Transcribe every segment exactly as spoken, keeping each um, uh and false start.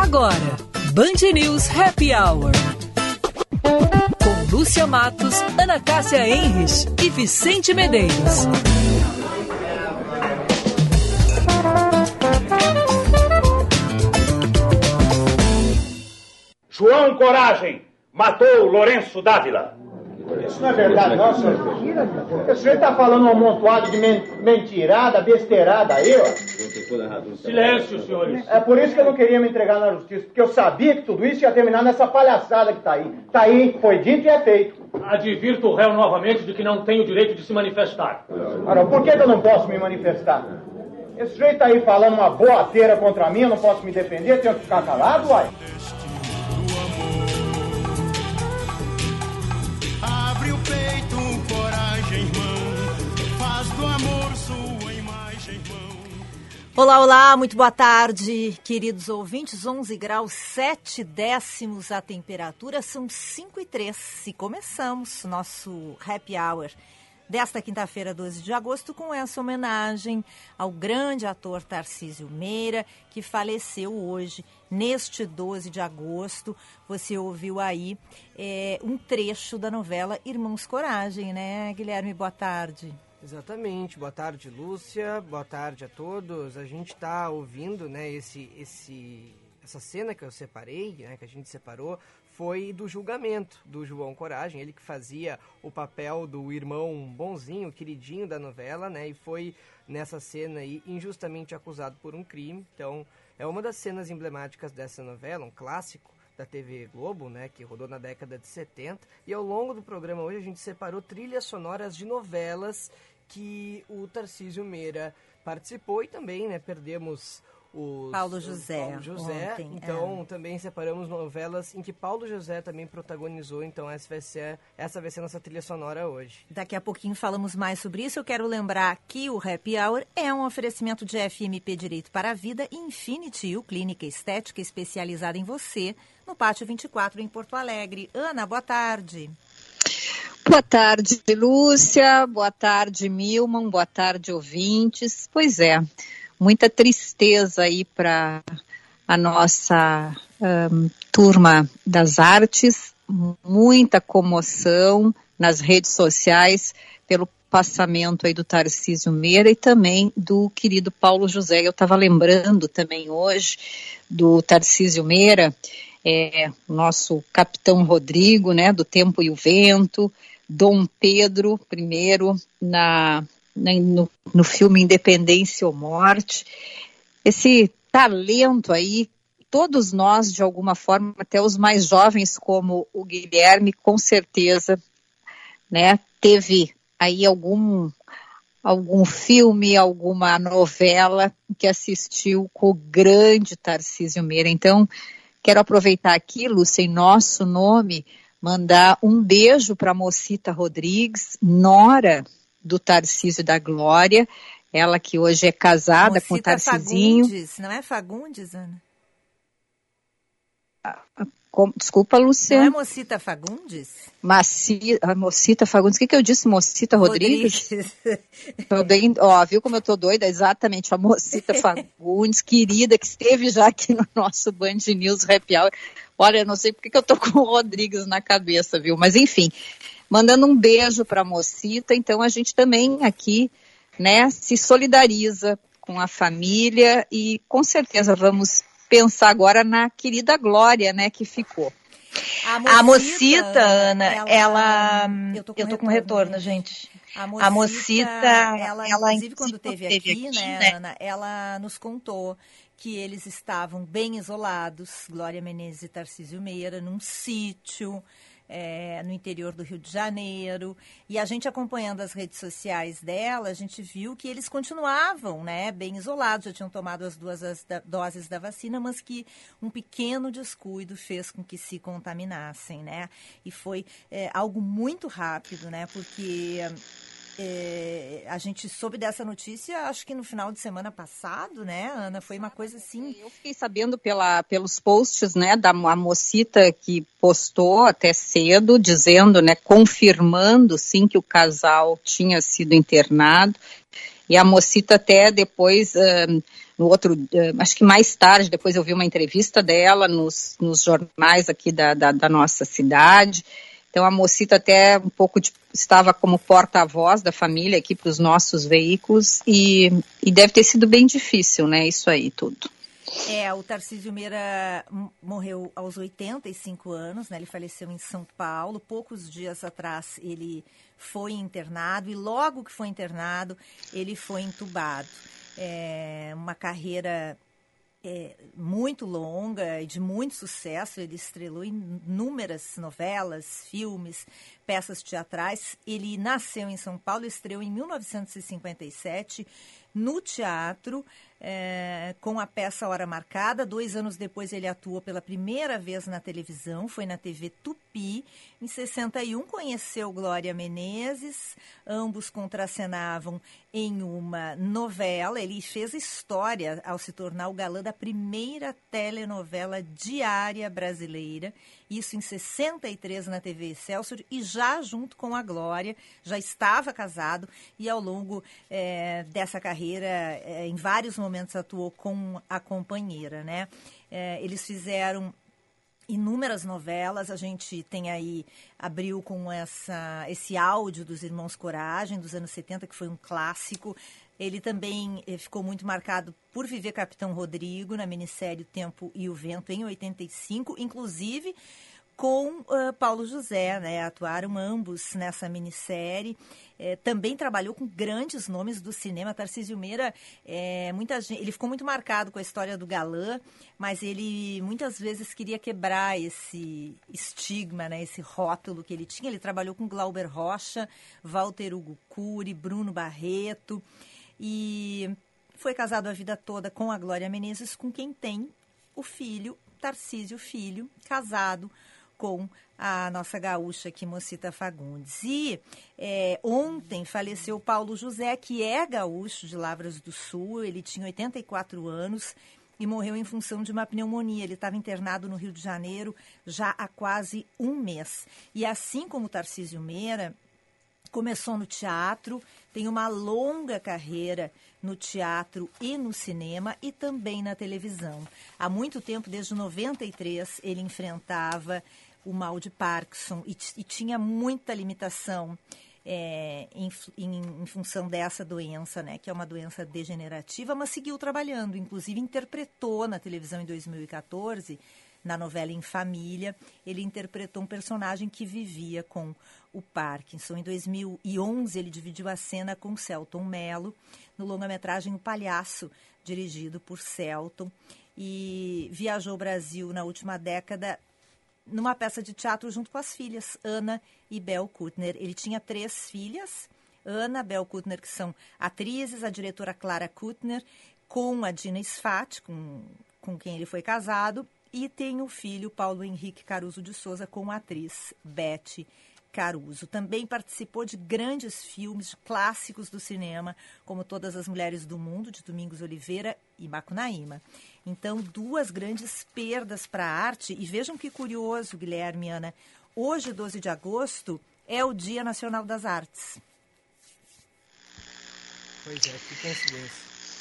Agora, Band News Happy Hour. Com Lúcia Matos, Ana Cássia Henrich e Vicente Medeiros. João Coragem matou Lourenço Dávila. Isso não é verdade, não, senhor. O senhor está falando um amontoado de men- mentirada, besteirada aí, ó. Silêncio, senhores. É por isso que eu não queria me entregar na justiça, porque eu sabia que tudo isso ia terminar nessa palhaçada que tá aí. Tá aí, foi dito e é feito. Advirto o réu novamente de que não tem o direito de se manifestar. Ora, por que, que eu não posso me manifestar? Esse sujeito tá aí falando uma boateira contra mim, eu não posso me defender, tenho que ficar calado, uai. Abre o peito, coragem, irmão. Faz do amor sua imagem, irmão. Olá, olá, muito boa tarde, queridos ouvintes. onze graus, sete décimos a temperatura, são cinco e três. E começamos nosso Happy Hour desta quinta-feira, doze de agosto, com essa homenagem ao grande ator Tarcísio Meira, que faleceu hoje, neste doze de agosto. Você ouviu aí é, um trecho da novela Irmãos Coragem, né, Guilherme? Boa tarde. Exatamente, boa tarde, Lúcia, boa tarde a todos. A gente está ouvindo, né, esse, esse, essa cena que eu separei, né, que a gente separou, foi do julgamento do João Coragem, ele que fazia o papel do irmão bonzinho, queridinho da novela, né, e foi nessa cena aí injustamente acusado por um crime. Então, é uma das cenas emblemáticas dessa novela, um clássico da T V Globo, né, que rodou na década de setenta, e ao longo do programa hoje a gente separou trilhas sonoras de novelas que o Tarcísio Meira participou e também, né, perdemos os, Paulo José, Paulo José ontem, então é. também separamos novelas em que Paulo José também protagonizou, então essa vai ser, essa vai ser nossa trilha sonora hoje. Daqui a pouquinho falamos mais sobre isso. Eu quero lembrar que o Happy Hour é um oferecimento de F M P Direito para a Vida e Infinity U, clínica estética especializada em você, no Pátio vinte e quatro, em Porto Alegre. Ana, boa tarde. Boa tarde, Lúcia. Boa tarde, Milman. Boa tarde, ouvintes. Pois é, muita tristeza aí para a nossa um, turma das artes, muita comoção nas redes sociais pelo passamento aí do Tarcísio Meira e também do querido Paulo José. Eu estava lembrando também hoje do Tarcísio Meira, é, nosso capitão Rodrigo, né, do Tempo e o Vento, Dom Pedro I, na, na, no, no filme Independência ou Morte. Esse talento aí, todos nós, de alguma forma, até os mais jovens como o Guilherme, com certeza, né, teve aí algum, algum filme, alguma novela que assistiu com o grande Tarcísio Meira. Então, quero aproveitar aqui, Lúcia, em nosso nome, mandar um beijo para a Mocita Rodrigues, nora do Tarcísio da Glória, ela que hoje é casada Mocita com o Tarcisinho. Fagundes, não é Fagundes, Ana? Com, desculpa, Lúcia. Não é Mocita Fagundes? Maci, a Mocita Fagundes, o que, que eu disse? Mocita Rodrigues? Rodrigues. Tô bem, ó, viu como eu tô doida? Exatamente, a Mocita Fagundes, querida, que esteve já aqui no nosso Band News Happy Hour. Olha, eu não sei porque que eu tô com o Rodrigues na cabeça, viu? Mas enfim, mandando um beijo para a Mocita. Então a gente também aqui, né, se solidariza com a família e com certeza vamos pensar agora na querida Glória, né, que ficou. A Mocita, a Mocita Ana, ela... ela... Eu tô com, eu tô retorno, com retorno, gente. A Mocita, a Mocita ela, ela inclusive, quando teve aqui, aqui né, né, Ana, ela nos contou que eles estavam bem isolados, Glória Menezes e Tarcísio Meira, num sítio é, no interior do Rio de Janeiro. E a gente acompanhando as redes sociais dela, a gente viu que eles continuavam, né, bem isolados, já tinham tomado as duas as da, doses da vacina, mas que um pequeno descuido fez com que se contaminassem, né? E foi é, algo muito rápido, né? Porque É, a gente soube dessa notícia, acho que no final de semana passado, né, Ana? Foi uma coisa assim... Eu fiquei sabendo pela, pelos posts, né, da a Mocita que postou até cedo, dizendo, né, confirmando, sim, que o casal tinha sido internado. E a Mocita até depois, uh, no outro, uh, acho que mais tarde, depois eu vi uma entrevista dela nos, nos jornais aqui da, da, da nossa cidade. Então a Mocita até um pouco de, estava como porta-voz da família aqui para os nossos veículos e, e deve ter sido bem difícil, né, isso aí tudo. É, o Tarcísio Meira morreu aos oitenta e cinco anos, né? Ele faleceu em São Paulo. Poucos dias atrás ele foi internado e logo que foi internado ele foi entubado. É uma carreira é, muito longa e de muito sucesso. Ele estrelou em inúmeras novelas, filmes, peças teatrais. Ele nasceu em São Paulo, estreou em mil novecentos e cinquenta e sete no teatro, é, com a peça Hora Marcada. Dois anos depois ele atuou pela primeira vez na televisão, foi na T V Tupi. Em sessenta e um conheceu Glória Menezes, ambos contracenavam em uma novela. Ele fez história ao se tornar o galã da primeira telenovela diária brasileira, isso em sessenta e três na T V Excelsior, e já junto com a Glória, já estava casado e ao longo é, dessa carreira, é, em vários momentos atuou com a companheira, né? É, eles fizeram inúmeras novelas. A gente tem aí, abriu com essa, esse áudio dos Irmãos Coragem, dos anos setenta, que foi um clássico. Ele também ficou muito marcado por viver Capitão Rodrigo na minissérie O Tempo e o Vento, em oitenta e cinco, inclusive com uh, Paulo José, né? Atuaram ambos nessa minissérie. É, também trabalhou com grandes nomes do cinema. Tarcísio Meira, é, muita gente, ele ficou muito marcado com a história do galã, mas ele muitas vezes queria quebrar esse estigma, né? Esse rótulo que ele tinha. Ele trabalhou com Glauber Rocha, Walter Hugo Cury, Bruno Barreto, e foi casado a vida toda com a Glória Menezes, com quem tem o filho, Tarcísio Filho, casado com a nossa gaúcha aqui, Mocita Fagundes. E é, ontem faleceu Paulo José, que é gaúcho de Lavras do Sul. Ele tinha oitenta e quatro anos e morreu em função de uma pneumonia. Ele estava internado no Rio de Janeiro já há quase um mês. E assim como Tarcísio Meira, começou no teatro, tem uma longa carreira no teatro e no cinema e também na televisão. Há muito tempo, desde noventa e três, ele enfrentava o mal de Parkinson e, e tinha muita limitação é, em, em, em função dessa doença, né, que é uma doença degenerativa, mas seguiu trabalhando. Inclusive interpretou na televisão em dois mil e quatorze, na novela Em Família, ele interpretou um personagem que vivia com o Parkinson. Em dois mil e onze, ele dividiu a cena com Selton Mello, no longa-metragem O Palhaço, dirigido por Selton, e viajou o Brasil na última década numa peça de teatro junto com as filhas, Ana e Bel Kuttner. Ele tinha três filhas, Ana, Bel Kuttner, que são atrizes, a diretora Clara Kuttner, com a Dina Sfat, com, com quem ele foi casado, e tem o filho Paulo Henrique Caruso de Souza com a atriz Beth Caruso. Também participou de grandes filmes, de clássicos do cinema, como Todas as Mulheres do Mundo, de Domingos Oliveira, e Macunaíma. Então, duas grandes perdas para a arte. E vejam que curioso, Guilherme e Ana, hoje, doze de agosto, é o Dia Nacional das Artes. Pois é, que coincidência.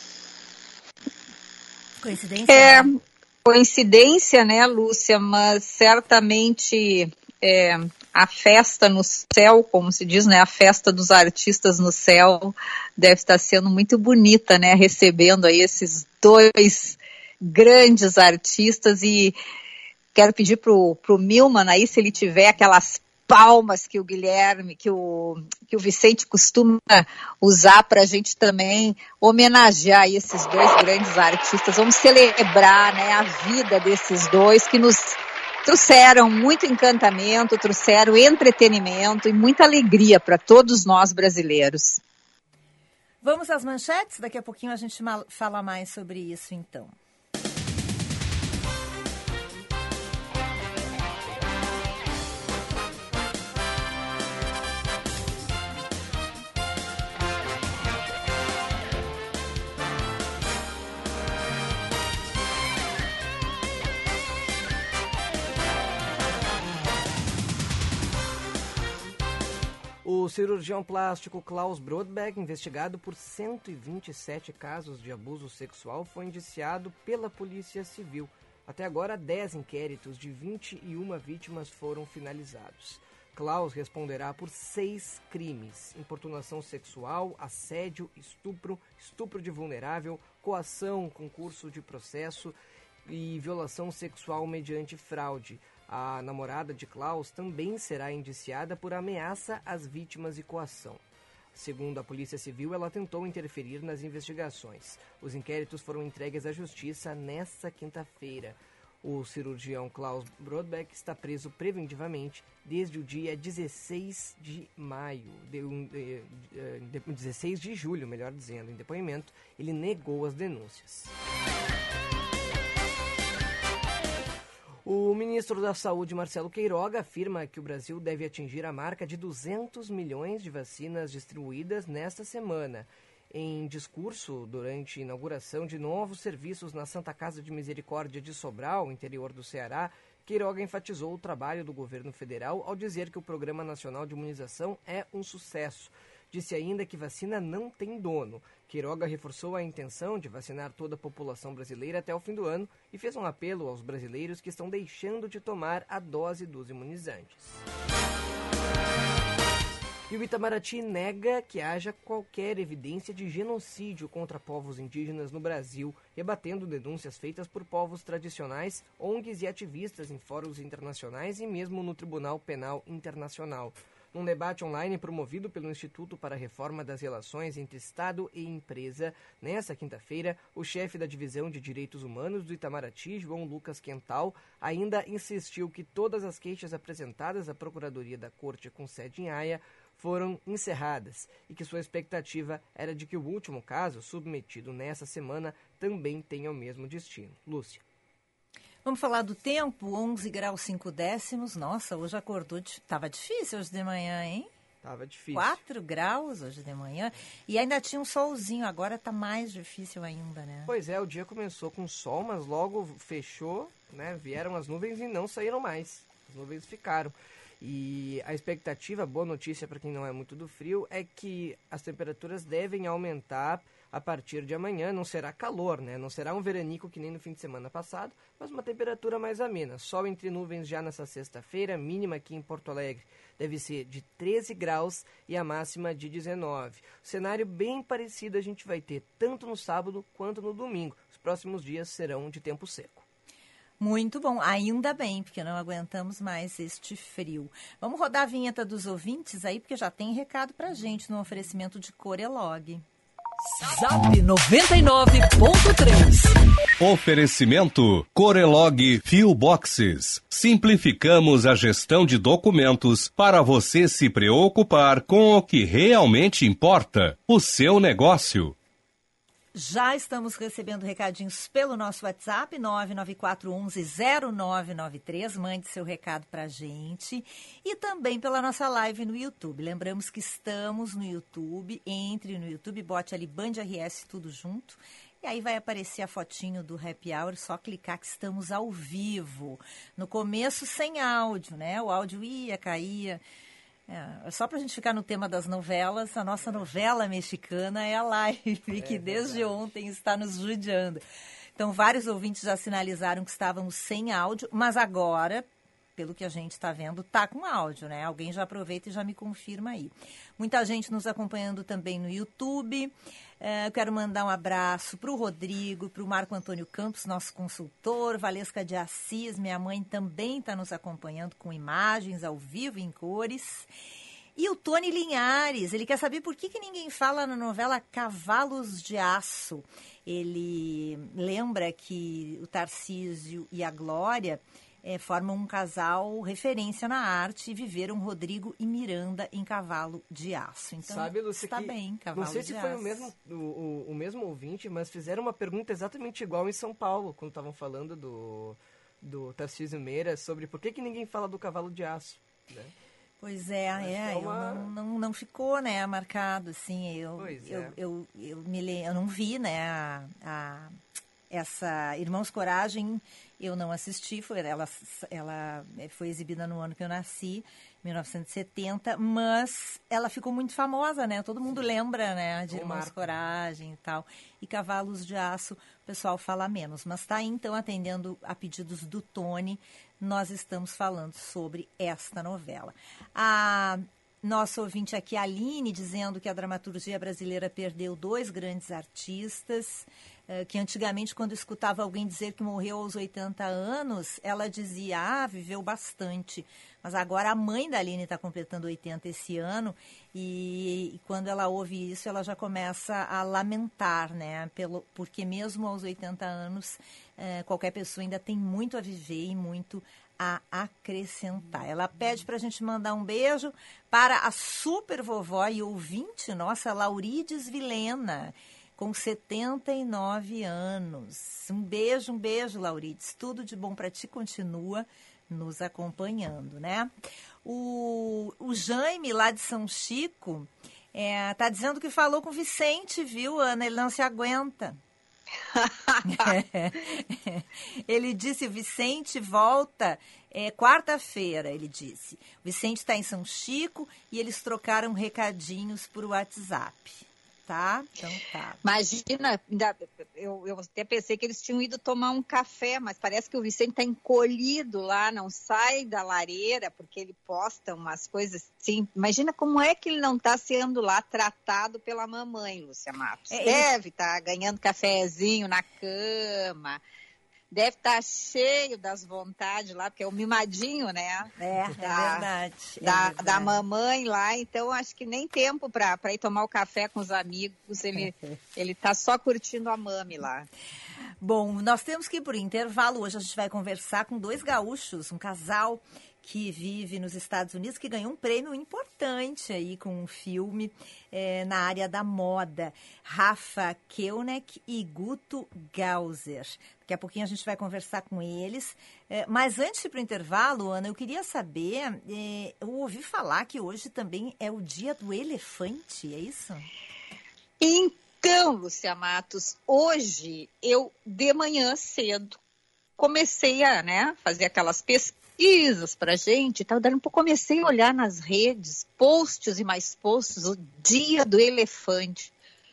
Coincidência? É, né? coincidência, né, Lúcia? Mas certamente é, a festa no céu, como se diz, né, a festa dos artistas no céu deve estar sendo muito bonita, né, recebendo aí esses dois grandes artistas. E quero pedir pro, pro Milman aí, se ele tiver aquelas palmas que o Guilherme, que o, que o Vicente costuma usar para a gente também homenagear aí esses dois grandes artistas. Vamos celebrar, né, a vida desses dois que nos trouxeram muito encantamento, trouxeram entretenimento e muita alegria para todos nós brasileiros. Vamos às manchetes? Daqui a pouquinho a gente fala mais sobre isso, então. O O cirurgião plástico Klaus Brodbeck, investigado por cento e vinte e sete casos de abuso sexual, foi indiciado pela Polícia Civil. Até agora, dez inquéritos de vinte e uma vítimas foram finalizados. Klaus responderá por seis crimes: importunação sexual, assédio, estupro, estupro de vulnerável, coação, concurso de processo e violação sexual mediante fraude. A namorada de Klaus também será indiciada por ameaça às vítimas e coação. Segundo a Polícia Civil, ela tentou interferir nas investigações. Os inquéritos foram entregues à Justiça nesta quinta-feira. O cirurgião Klaus Brodbeck está preso preventivamente desde o dia dezesseis de maio, de, de, de, de, dezesseis de julho, melhor dizendo. Em depoimento, ele negou as denúncias. O ministro da Saúde, Marcelo Queiroga, afirma que o Brasil deve atingir a marca de duzentos milhões de vacinas distribuídas nesta semana. Em discurso durante a inauguração de novos serviços na Santa Casa de Misericórdia de Sobral, interior do Ceará, Queiroga enfatizou o trabalho do governo federal ao dizer que o Programa Nacional de Imunização é um sucesso. Disse ainda que vacina não tem dono. Queiroga reforçou a intenção de vacinar toda a população brasileira até o fim do ano e fez um apelo aos brasileiros que estão deixando de tomar a dose dos imunizantes. E o Itamaraty nega que haja qualquer evidência de genocídio contra povos indígenas no Brasil, rebatendo denúncias feitas por povos tradicionais, O N Gs e ativistas em fóruns internacionais e mesmo no Tribunal Penal Internacional. Num debate online promovido pelo Instituto para a Reforma das Relações entre Estado e Empresa, nesta quinta-feira, o chefe da Divisão de Direitos Humanos do Itamaraty, João Lucas Quental, ainda insistiu que todas as queixas apresentadas à Procuradoria da Corte com sede em Haia foram encerradas e que sua expectativa era de que o último caso, submetido nessa semana, também tenha o mesmo destino. Lúcia. Vamos falar do tempo, onze graus cinco décimos. Nossa, hoje acordou, estava difícil hoje de manhã, hein? Tava difícil. quatro graus hoje de manhã e ainda tinha um solzinho, agora está mais difícil ainda, né? Pois é, o dia começou com sol, mas logo fechou, né? Vieram as nuvens e não saíram mais. As nuvens ficaram. E a expectativa, boa notícia para quem não é muito do frio, é que as temperaturas devem aumentar a partir de amanhã. Não será calor, né? Não será um veranico que nem no fim de semana passado, mas uma temperatura mais amena. Sol entre nuvens já nessa sexta-feira, mínima aqui em Porto Alegre deve ser de treze graus e a máxima de dezenove. Cenário bem parecido a gente vai ter tanto no sábado quanto no domingo. Os próximos dias serão de tempo seco. Muito bom, ainda bem, porque não aguentamos mais este frio. Vamos rodar a vinheta dos ouvintes aí, porque já tem recado pra gente no oferecimento de Corelog. Zap noventa e nove ponto três. Oferecimento Corelog Fio Boxes. Simplificamos a gestão de documentos para você se preocupar com o que realmente importa, o seu negócio. Já estamos recebendo recadinhos pelo nosso WhatsApp, nove nove quatro um um zero nove nove três. Mande seu recado para a gente. E também pela nossa live no YouTube. Lembramos que estamos no YouTube. Entre no YouTube, bote ali Band R S tudo junto. E aí vai aparecer a fotinho do Happy Hour, só clicar que estamos ao vivo. No começo sem áudio, né? O áudio ia, caía. É, só para a gente ficar no tema das novelas, a nossa novela mexicana é a live, é, que desde verdade. ontem está nos judiando. Então, vários ouvintes já sinalizaram que estávamos sem áudio, mas agora, pelo que a gente está vendo, está com áudio, né? Alguém já aproveita e já me confirma aí. Muita gente nos acompanhando também no YouTube. É, eu quero mandar um abraço para o Rodrigo, para o Marco Antônio Campos, nosso consultor, Valesca de Assis, minha mãe também está nos acompanhando com imagens ao vivo, em cores. E o Tony Linhares, ele quer saber por que, que ninguém fala na novela Cavalos de Aço. Ele lembra que o Tarcísio e a Glória É, formam um casal referência na arte e viveram Rodrigo e Miranda em Cavalo de Aço. Então, sabe, Lúcia, está que, bem, Cavalo de Aço. Não sei se foi o mesmo, o, o, o mesmo ouvinte, mas fizeram uma pergunta exatamente igual em São Paulo, quando estavam falando do, do Tarcísio Meira, sobre por que, que ninguém fala do Cavalo de Aço, né? Pois é, é, é uma... eu não, não, não ficou, né, marcado, assim, eu, pois eu, é. eu, eu, eu, me, eu não vi, né, a... a essa Irmãos Coragem eu não assisti, foi, ela, ela foi exibida no ano que eu nasci, mil novecentos e setenta, mas ela ficou muito famosa, né? Todo mundo lembra, né, de Irmãos Coragem e tal. E Cavalos de Aço, o pessoal fala menos. Mas tá aí, então, atendendo a pedidos do Tony, nós estamos falando sobre esta novela. A nossa ouvinte aqui, a Aline, dizendo que a dramaturgia brasileira perdeu dois grandes artistas, que antigamente, quando escutava alguém dizer que morreu aos oitenta anos, ela dizia, ah, viveu bastante. Mas agora a mãe da Aline está completando oitenta esse ano e, e quando ela ouve isso, ela já começa a lamentar, né? Pelo, porque mesmo aos oitenta anos, eh, qualquer pessoa ainda tem muito a viver e muito a acrescentar. Ela pede para a gente mandar um beijo para a super vovó e ouvinte nossa, Laurides Vilena, com setenta e nove anos. Um beijo, um beijo, Laurides. Tudo de bom para ti, continua nos acompanhando, né? O, o Jaime, lá de São Chico, é, tá dizendo que falou com o Vicente, viu, Ana? Ele não se aguenta. Ele disse, Vicente volta é, quarta-feira, ele disse. O Vicente está em São Chico e eles trocaram recadinhos por WhatsApp. Tá? Então tá. Imagina, eu, eu até pensei que eles tinham ido tomar um café, mas parece que o Vicente está encolhido lá, não sai da lareira, porque ele posta umas coisas assim. Imagina como é que ele não está sendo lá tratado pela mamãe, Lúcia Matos. É, Deve estar tá ganhando cafezinho na cama. Deve estar tá cheio das vontades lá, porque é o mimadinho, né? É, da, é verdade. É da, verdade. da mamãe lá, então acho que nem tempo para ir tomar o café com os amigos, ele ele tá só curtindo a mami lá. Bom, nós temos que ir por intervalo. Hoje a gente vai conversar com dois gaúchos, um casal que vive nos Estados Unidos, que ganhou um prêmio importante aí com um filme é, na área da moda. Rafa Koenig e Guto Gauser. Daqui a pouquinho a gente vai conversar com eles. É, mas antes de ir para o intervalo, Ana, eu queria saber, é, eu ouvi falar que hoje também é o dia do elefante, é isso? Então, Lúcia Matos, hoje eu, de manhã cedo, comecei a né, fazer aquelas pesquisas para gente e tal. Daí um pouco comecei a olhar nas redes, posts e mais posts, o dia do elefante.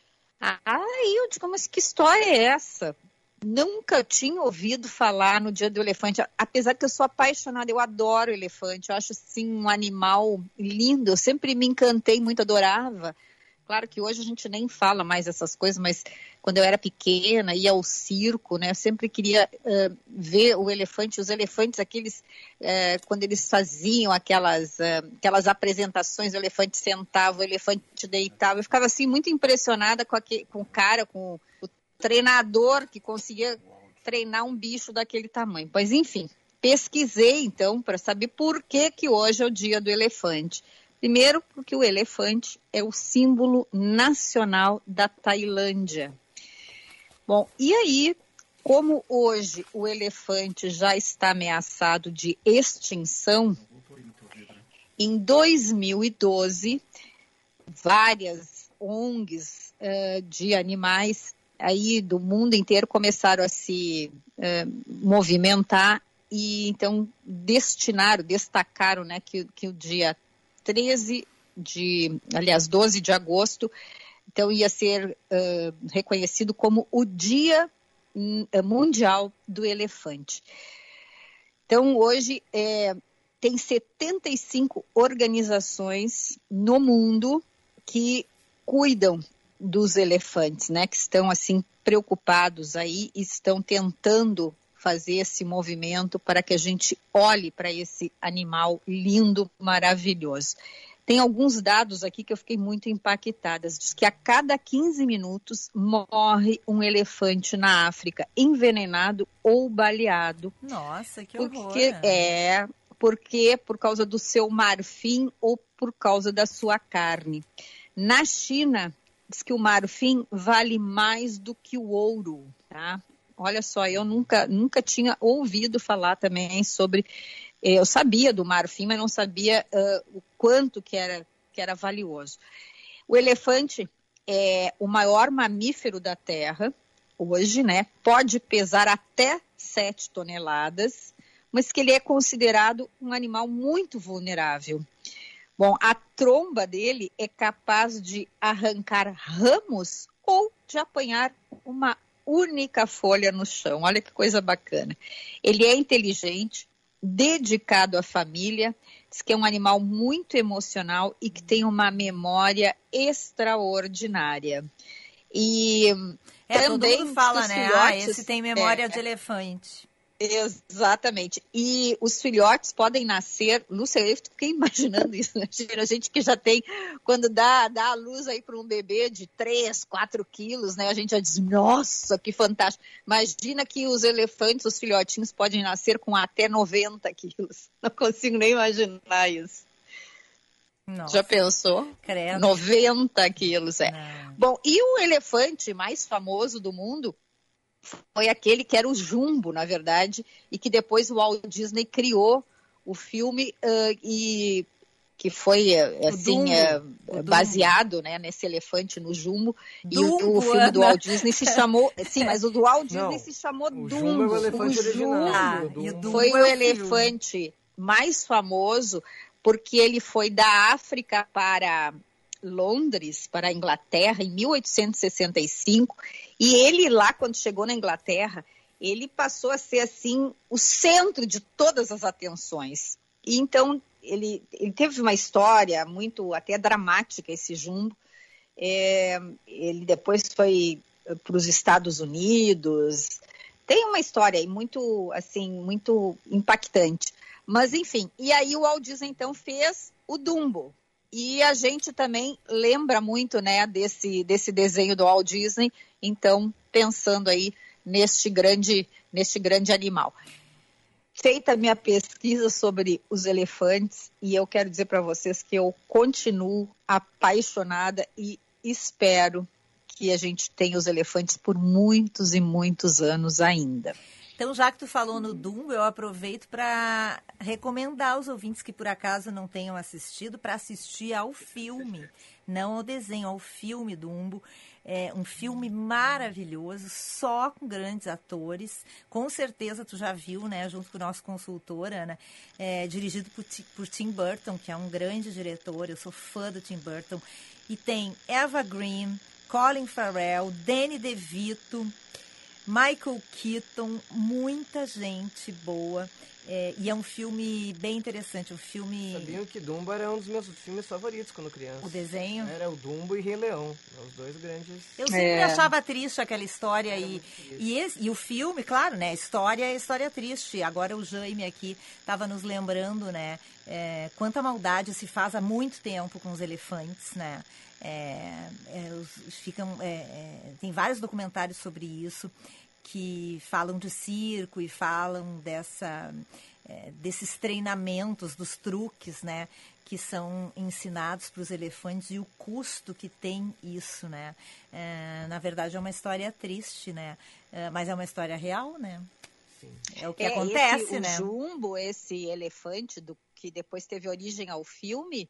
Aí eu digo, mas que história é essa? Nunca tinha ouvido falar no dia do elefante, apesar que eu sou apaixonada, eu adoro elefante, eu acho assim um animal lindo, eu sempre me encantei muito, adorava. Claro que hoje a gente nem fala mais essas coisas, mas quando eu era pequena, ia ao circo, né? Eu sempre queria uh, ver o elefante, os elefantes, aqueles, uh, quando eles faziam aquelas, uh, aquelas apresentações, o elefante sentava, o elefante deitava. Eu ficava assim muito impressionada com, aquele, com o cara, com o treinador que conseguia treinar um bicho daquele tamanho. Pois enfim, pesquisei então para saber por que, que hoje é o dia do elefante. Primeiro, porque o elefante é o símbolo nacional da Tailândia. Bom, e aí, como hoje o elefante já está ameaçado de extinção, em dois mil e doze, várias O N Gs uh, de animais aí do mundo inteiro começaram a se uh, movimentar e então destinaram, destacaram, né, que, que o dia treze de, aliás, doze de agosto, então ia ser uh, reconhecido como o Dia Mundial do Elefante. Então, hoje é, tem setenta e cinco organizações no mundo que cuidam dos elefantes, né, que estão, assim, preocupados aí e estão tentando fazer esse movimento para que a gente olhe para esse animal lindo, maravilhoso. Tem alguns dados aqui que eu fiquei muito impactada. Diz que a cada quinze minutos morre um elefante na África, envenenado ou baleado. Nossa, que porque, horror! É, porque por causa do seu marfim ou por causa da sua carne. Na China, diz que o marfim vale mais do que o ouro, tá? Olha só, eu nunca, nunca tinha ouvido falar também sobre... Eu sabia do marfim, mas não sabia uh, o quanto que era, que era valioso. O elefante é o maior mamífero da Terra hoje, né? Pode pesar até sete toneladas, mas que ele é considerado um animal muito vulnerável. Bom, a tromba dele é capaz de arrancar ramos ou de apanhar uma única folha no chão. Olha que coisa bacana. Ele é inteligente, dedicado à família, diz que é um animal muito emocional e que tem uma memória extraordinária. E é, também todo mundo fala, né? Filhotes, ah, esse tem memória é, de elefante. Exatamente. E os filhotes podem nascer, Lúcia, eu fiquei imaginando isso, né? A gente que já tem, quando dá, dá a luz aí para um bebê de três, quatro quilos, né? A gente já diz, nossa, que fantástico. Imagina que os elefantes, os filhotinhos, podem nascer com até noventa quilos. Não consigo nem imaginar isso. Nossa. Já pensou? Credo. noventa quilos, é. Não. Bom, e o elefante mais famoso do mundo foi aquele que era o Jumbo, na verdade, e que depois o Walt Disney criou o filme uh, e que foi assim uh, baseado, né, nesse elefante no Jumbo. Dumbo, e o, o filme Ana. do Walt Disney se chamou, sim, mas o do Walt Disney Não, se chamou o Dumbo. Jumbo é o elefante o original. Ah, o Dumbo. e o Dumbo foi é o o elefante mais famoso porque ele foi da África para Londres, para a Inglaterra, em mil oitocentos e sessenta e cinco, e ele lá, quando chegou na Inglaterra, ele passou a ser, assim, o centro de todas as atenções. E então, ele, ele teve uma história muito, até dramática, esse Jumbo. É, ele depois foi para os Estados Unidos. Tem uma história aí muito, assim, muito impactante. Mas, enfim, e aí o Walt Disney, então, fez o Dumbo. E a gente também lembra muito, né, desse, desse desenho do Walt Disney, então, pensando aí neste grande, neste grande animal. Feita a minha pesquisa sobre os elefantes, e eu quero dizer para vocês que eu continuo apaixonada e espero que a gente tenha os elefantes por muitos e muitos anos ainda. Então, já que tu falou no Dumbo, eu aproveito para recomendar aos ouvintes que por acaso não tenham assistido, para assistir ao filme, não ao desenho, ao filme Dumbo. É um filme maravilhoso, só com grandes atores. Com certeza tu já viu, né, junto com o nosso consultor, Ana, é, dirigido por, por Tim Burton, que é um grande diretor. Eu sou fã do Tim Burton. E tem Eva Green, Colin Farrell, Danny DeVito, Michael Keaton, muita gente boa. É, e é um filme bem interessante, um filme... Sabiam que Dumbo era um dos meus filmes favoritos quando criança. O desenho? Era o Dumbo e Rei Leão, os dois grandes... Eu sempre é. achava triste aquela história e, e, esse, e o filme, claro, né, história é história triste. Agora o Jaime aqui estava nos lembrando, né, é, quanta maldade se faz há muito tempo com os elefantes, né. É, é, os, ficam, é, é, tem vários documentários sobre isso, que falam de circo e falam dessa, é, desses treinamentos, dos truques, né, que são ensinados para os elefantes e o custo que tem isso, né. É, na verdade é uma história triste, né, é, mas é uma história real, né. Sim. É o que é, acontece, esse, né. O Jumbo, esse elefante do, que depois teve origem ao filme,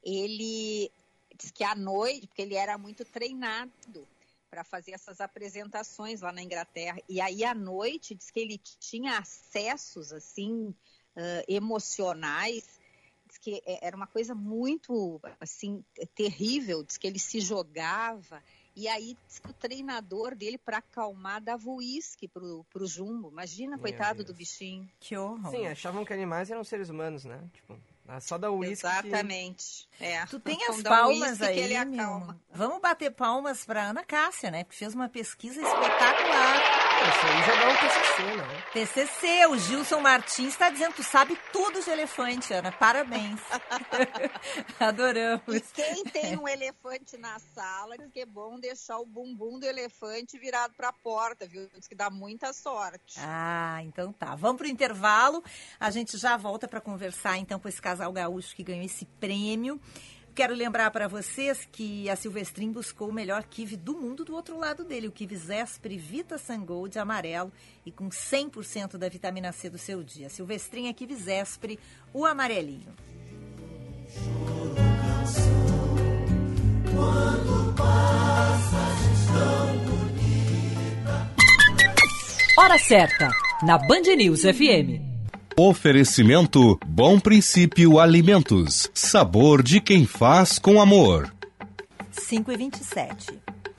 ele diz que à noite, porque ele era muito treinado para fazer essas apresentações lá na Inglaterra. E aí, à noite, diz que ele tinha acessos, assim, uh, emocionais. Diz que era uma coisa muito, assim, terrível. Diz que ele se jogava. E aí, diz que o treinador dele, para acalmar, dava uísque pro, pro Jumbo. Imagina, Meu coitado Deus. do bichinho. Que horror. Sim, achavam que animais eram seres humanos, né? Tipo, só da uísque. Exatamente. Que... É. Tu tem as Então, palmas aí, que ele Milma? Vamos bater palmas para Ana Cássia, né? Que fez uma pesquisa espetacular. Isso aí já dá um T C C, né? T C C, o Gilson Martins está dizendo, tu sabe tudo de elefante, Ana. Parabéns. Adoramos. E quem tem um elefante na sala, diz que é bom deixar o bumbum do elefante virado para a porta, viu? Diz que dá muita sorte. Ah, então tá. Vamos pro intervalo. A gente já volta para conversar, então, com esse casal gaúcho que ganhou esse prêmio. Quero lembrar para vocês que a Silvestrin buscou o melhor kiwi do mundo do outro lado dele, o kiwi Zespri Vita Sangold amarelo e com cem por cento da vitamina C do seu dia. Silvestrin é kiwi Zespri, o amarelinho. Quando passas tão bonita, Hora certa, na Band News F M. Oferecimento Bom Princípio Alimentos. Sabor de quem faz com amor. cinco e vinte e sete.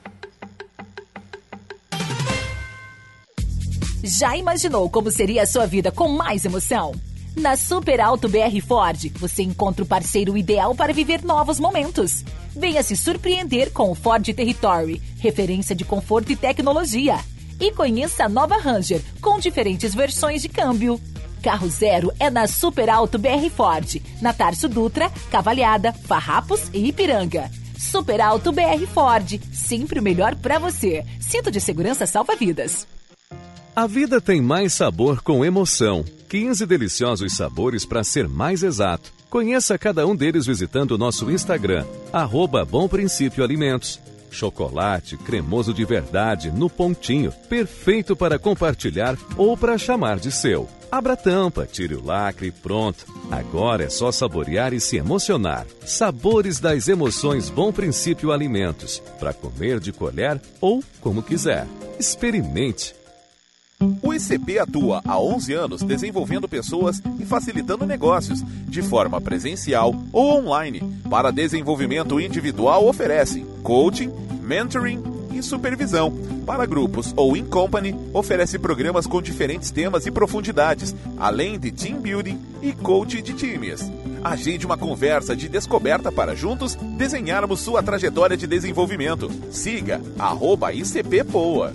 Já imaginou como seria a sua vida com mais emoção? Na Super Alto B R Ford, você encontra o parceiro ideal para viver novos momentos. Venha se surpreender com o Ford Territory, referência de conforto e tecnologia. E conheça a nova Ranger, com diferentes versões de câmbio. Carro zero é na Super Alto B R Ford, na Tarso Dutra, Cavalhada, Farrapos e Ipiranga. Super Alto B R Ford, sempre o melhor para você. Cinto de segurança salva vidas. A vida tem mais sabor com emoção. quinze deliciosos sabores para ser mais exato. Conheça cada um deles visitando o nosso Instagram, arroba Bom Princípio Alimentos. Chocolate cremoso de verdade no pontinho, perfeito para compartilhar ou para chamar de seu. Abra a tampa, tire o lacre e pronto. Agora é só saborear e se emocionar. Sabores das emoções Bom Princípio Alimentos. Para comer de colher ou como quiser. Experimente. O I C P atua há onze anos desenvolvendo pessoas e facilitando negócios, de forma presencial ou online. Para desenvolvimento individual oferece coaching, mentoring e supervisão. Para grupos ou in company, oferece programas com diferentes temas e profundidades, além de team building e coach de times. Agende uma conversa de descoberta para juntos desenharmos sua trajetória de desenvolvimento. Siga arroba I C P Poa.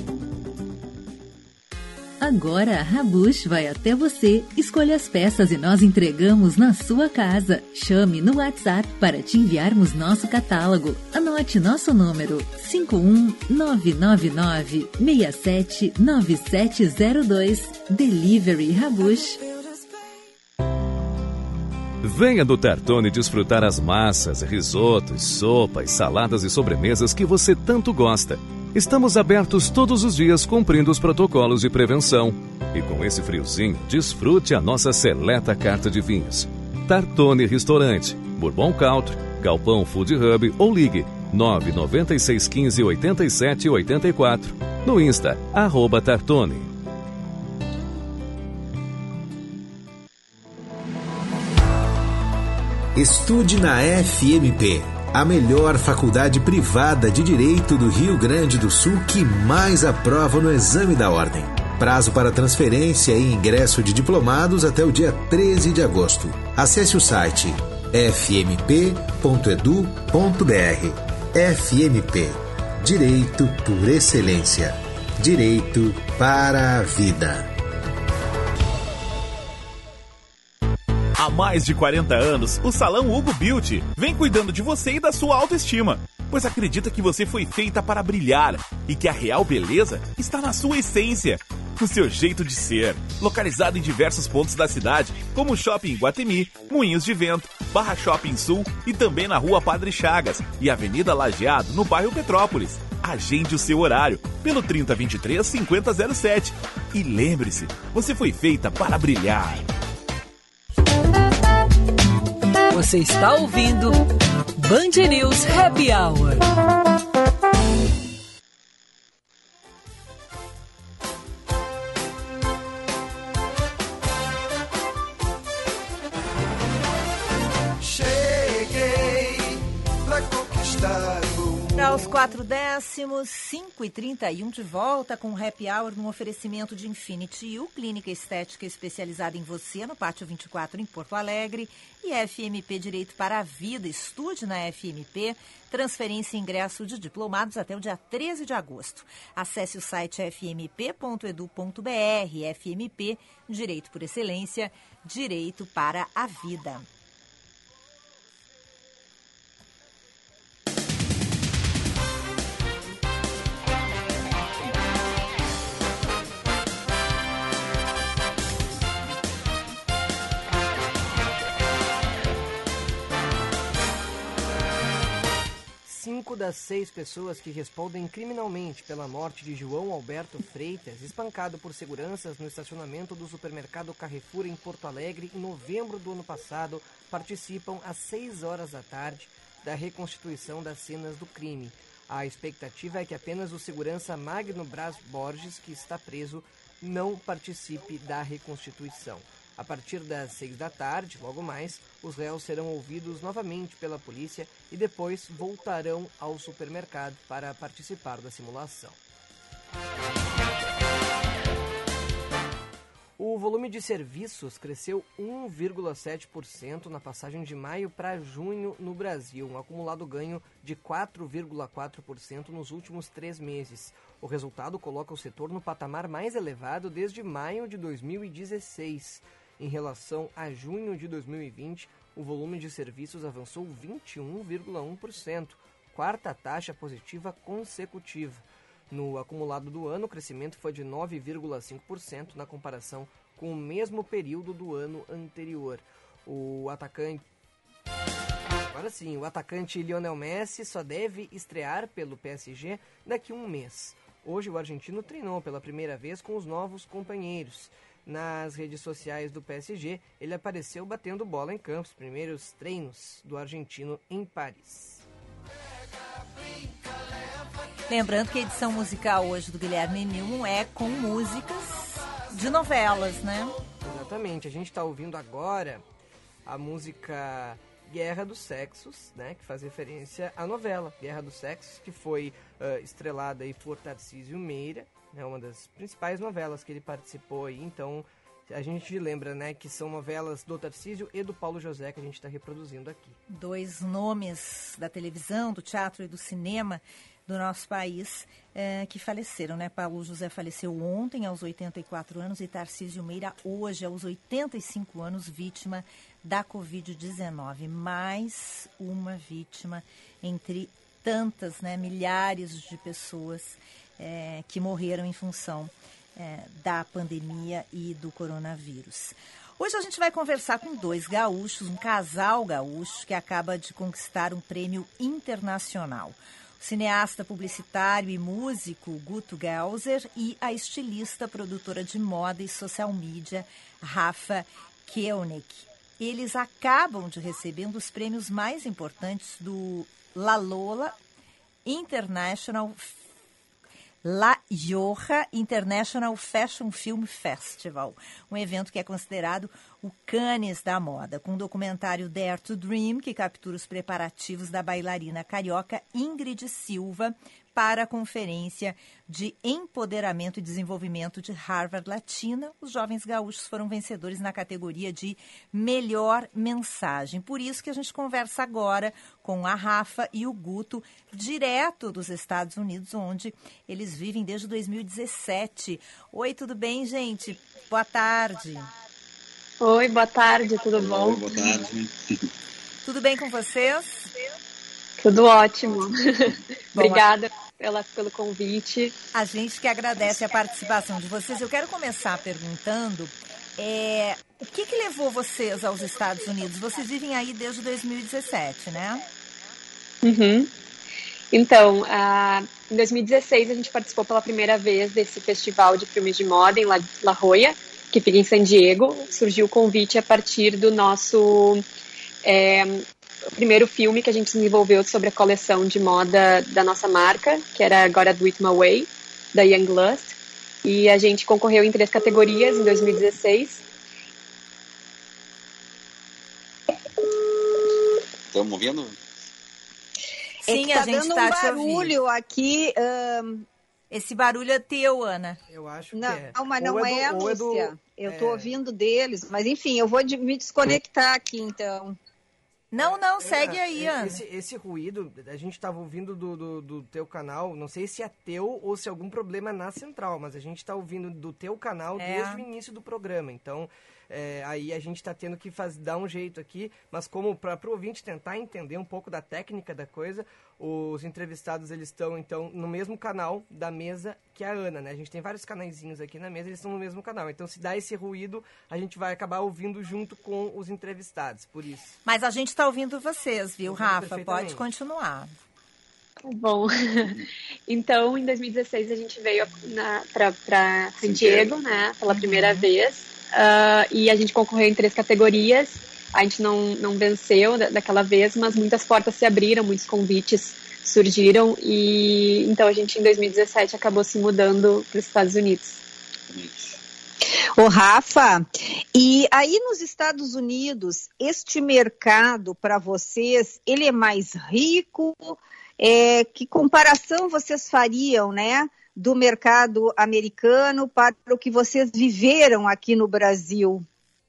Agora a Rabush vai até você. Escolha as peças e nós entregamos na sua casa. Chame no WhatsApp para te enviarmos nosso catálogo. Anote nosso número cinco um nove nove nove seis sete nove sete zero dois. Delivery Rabush. Venha do Tartone desfrutar as massas, risotos, sopas, saladas e sobremesas que você tanto gosta. Estamos abertos todos os dias cumprindo os protocolos de prevenção. E com esse friozinho, desfrute a nossa seleta carta de vinhos. Tartone Restaurante, Bourbon Country, Galpão Food Hub ou ligue nove nove seis um cinco oito sete oito quatro. No Insta, arroba Tartone. Estude na F M P. A melhor faculdade privada de Direito do Rio Grande do Sul que mais aprova no exame da ordem. Prazo para transferência e ingresso de diplomados até o dia treze de agosto. Acesse o site f m p ponto e d u ponto b r. F M P. Direito por excelência. Direito para a vida. Há mais de quarenta anos, o Salão Hugo Beauty vem cuidando de você e da sua autoestima, pois acredita que você foi feita para brilhar e que a real beleza está na sua essência, no seu jeito de ser. Localizado em diversos pontos da cidade, como o Shopping Iguatemi, Moinhos de Vento, Barra Shopping Sul e também na Rua Padre Chagas e Avenida Lajeado, no bairro Petrópolis. Agende o seu horário pelo trinta vinte e três cinquenta zero sete. E lembre-se, você foi feita para brilhar. Você está ouvindo Band News Happy Hour. Cheguei pra conquistar o mundo. Para os quatro décimos, cinco e trinta e um, de volta com o Happy Hour no oferecimento de Infinity U, clínica estética especializada em você, no Pátio vinte e quatro, em Porto Alegre, e F M P Direito para a Vida. Estude na F M P, transferência e ingresso de diplomados até o dia treze de agosto. Acesse o site f m p ponto e d u ponto b r. F M P, Direito por Excelência, Direito para a Vida. Cinco das seis pessoas que respondem criminalmente pela morte de João Alberto Freitas, espancado por seguranças no estacionamento do supermercado Carrefour em Porto Alegre em novembro do ano passado, participam às seis horas da tarde da reconstituição das cenas do crime. A expectativa é que apenas o segurança Magno Braz Borges, que está preso, não participe da reconstituição. A partir das seis da tarde, logo mais, os réus serão ouvidos novamente pela polícia e depois voltarão ao supermercado para participar da simulação. O volume de serviços cresceu um vírgula sete por cento na passagem de maio para junho no Brasil, um acumulado ganho de quatro vírgula quatro por cento nos últimos três meses. O resultado coloca o setor no patamar mais elevado desde maio de dois mil e dezesseis. Em relação a junho de dois mil e vinte, o volume de serviços avançou vinte e um vírgula um por cento, quarta taxa positiva consecutiva. No acumulado do ano, o crescimento foi de nove vírgula cinco por cento na comparação com o mesmo período do ano anterior. O atacante... Agora sim, o atacante Lionel Messi só deve estrear pelo P S G daqui a um mês. Hoje, o argentino treinou pela primeira vez com os novos companheiros. Nas redes sociais do P S G, ele apareceu batendo bola em campo, os primeiros treinos do argentino em Paris. Lembrando que a edição musical hoje do Guilherme Newman é com músicas de novelas, né? Exatamente. A gente está ouvindo agora a música Guerra dos Sexos, né? Que faz referência à novela Guerra dos Sexos, que foi uh, estrelada aí por Tarcísio Meira, né? Uma das principais novelas que ele participou aí. Então, a gente lembra, né, que são novelas do Tarcísio e do Paulo José que a gente está reproduzindo aqui. Dois nomes da televisão, do teatro e do cinema do nosso país é, que faleceram, né? Paulo José faleceu ontem aos oitenta e quatro anos e Tarcísio Meira hoje aos oitenta e cinco anos, vítima da covid dezenove. Mais uma vítima entre tantas, né, milhares de pessoas é, que morreram em função é, da pandemia e do coronavírus. Hoje a gente vai conversar com dois gaúchos, um casal gaúcho que acaba de conquistar um prêmio internacional. O cineasta, publicitário e músico Guto Gelser e a estilista, produtora de moda e social media Rafa Koenig. Eles acabam de receber um dos prêmios mais importantes do La Lola International La Jolla International Fashion Film Festival, um evento que é considerado o Cannes da moda, com o documentário Dare to Dream, que captura os preparativos da bailarina carioca Ingrid Silva para a Conferência de Empoderamento e Desenvolvimento de Harvard Latina. Os jovens gaúchos foram vencedores na categoria de Melhor Mensagem. Por isso que a gente conversa agora com a Rafa e o Guto, direto dos Estados Unidos, onde eles vivem desde dois mil e dezessete. Oi, tudo bem, gente? Boa tarde. Oi, boa tarde, tudo bom? Oi, boa tarde. Tudo bem com vocês? Tudo ótimo. Obrigada pela, pelo convite. A gente que agradece a participação de vocês. Eu quero começar perguntando é, o que, que levou vocês aos Estados Unidos? Vocês vivem aí desde dois mil e dezessete, né? Uhum. Então, uh, em dois mil e dezesseis a gente participou pela primeira vez desse festival de filmes de moda em La, La Jolla, que fica em San Diego. Surgiu o convite a partir do nosso é, primeiro filme que a gente desenvolveu sobre a coleção de moda da nossa marca, que era Gotta Do It My Way, da Young Lust. E a gente concorreu em três categorias em dois mil e dezesseis. Estamos ouvindo? Sim, é que tá a gente dando tá um te barulho ouvindo. aqui. Um... Esse barulho é teu, Ana. Eu acho não, que é. Não, mas não ou é, é, do, Lúcia. é do, eu é... tô ouvindo deles. Mas enfim, eu vou de, me desconectar aqui, então. Não, não, segue é, aí, Ana. Esse, esse ruído, a gente estava ouvindo do, do, do teu canal, não sei se é teu ou se é algum problema na central, mas a gente está ouvindo do teu canal É. desde o início do programa. Então, é, aí a gente está tendo que faz, dar um jeito aqui, mas como para o ouvinte tentar entender um pouco da técnica da coisa, os entrevistados, eles estão, então, no mesmo canal da mesa que a Ana, né? A gente tem vários canaizinhos aqui na mesa, eles estão no mesmo canal. Então, se dá esse ruído, a gente vai acabar ouvindo junto com os entrevistados, por isso. Mas a gente está ouvindo vocês, viu, Ouvindo Rafa? perfeitamente. Pode continuar. Bom, então em dois mil e dezesseis a gente veio para San Diego, né, pela primeira Uhum. vez, uh, e a gente concorreu em três categorias. A gente não, não venceu da, daquela vez, mas muitas portas se abriram, muitos convites surgiram, e então a gente em dois mil e dezessete acabou se mudando para os Estados Unidos. Ô Rafa, e aí nos Estados Unidos, este mercado para vocês, ele é mais rico? É, que comparação vocês fariam, né, do mercado americano para o que vocês viveram aqui no Brasil?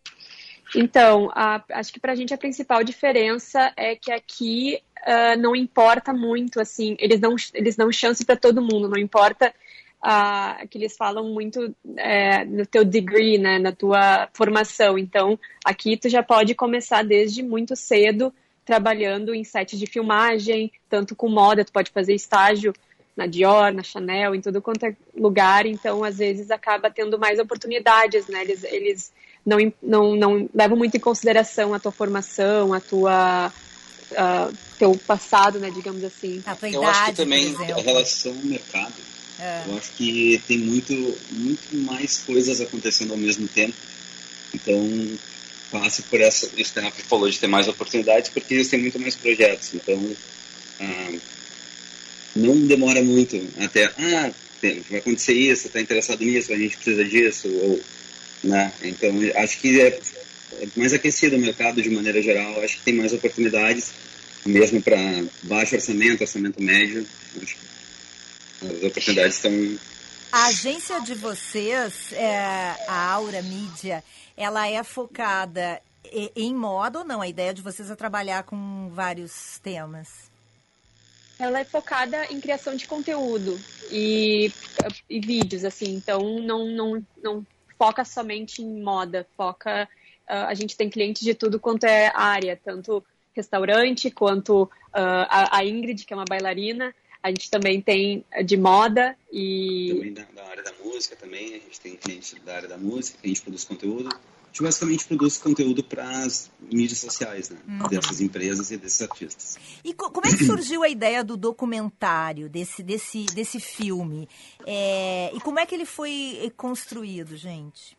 Então, a, acho que para a gente a principal diferença é que aqui uh, não importa muito, assim, eles dão, eles dão chance para todo mundo, não importa uh, que eles falam muito é, no teu degree, né, na tua formação. Então, aqui tu já pode começar desde muito cedo trabalhando em sets de filmagem, tanto com moda, tu pode fazer estágio na Dior, na Chanel, em tudo quanto é lugar, então às vezes acaba tendo mais oportunidades, né, eles, eles não, não, não levam muito em consideração a tua formação, a tua, uh, teu passado, né, digamos assim. A tua eu idade, acho que também a relação ao mercado, é. eu acho que tem muito, muito mais coisas acontecendo ao mesmo tempo, então passe por essa, isso que a Rafa falou, de ter mais oportunidades, porque eles têm muito mais projetos, então ah, não demora muito até, ah, vai acontecer isso, está interessado nisso, a gente precisa disso, ou, né? Então acho que é, é mais aquecido o mercado de maneira geral, acho que tem mais oportunidades, mesmo para baixo orçamento, orçamento médio, acho que as oportunidades estão... A agência de vocês, é, a Aura Mídia, ela é focada em moda ou não? A ideia de vocês é trabalhar com vários temas? Ela é focada em criação de conteúdo e, e vídeos, assim, então não, não, não foca somente em moda, foca, uh, a gente tem clientes de tudo quanto é área, tanto restaurante quanto uh, a, a Ingrid, que é uma bailarina, a gente também tem de moda e... Também da, da área da música também, a gente tem clientes da área da música, que a gente produz conteúdo. A gente basicamente produz conteúdo para as mídias sociais, né? Uhum. Dessas empresas e desses artistas. E co- como é que surgiu a ideia do documentário, desse, desse, desse filme? É, e como é que ele foi construído, gente?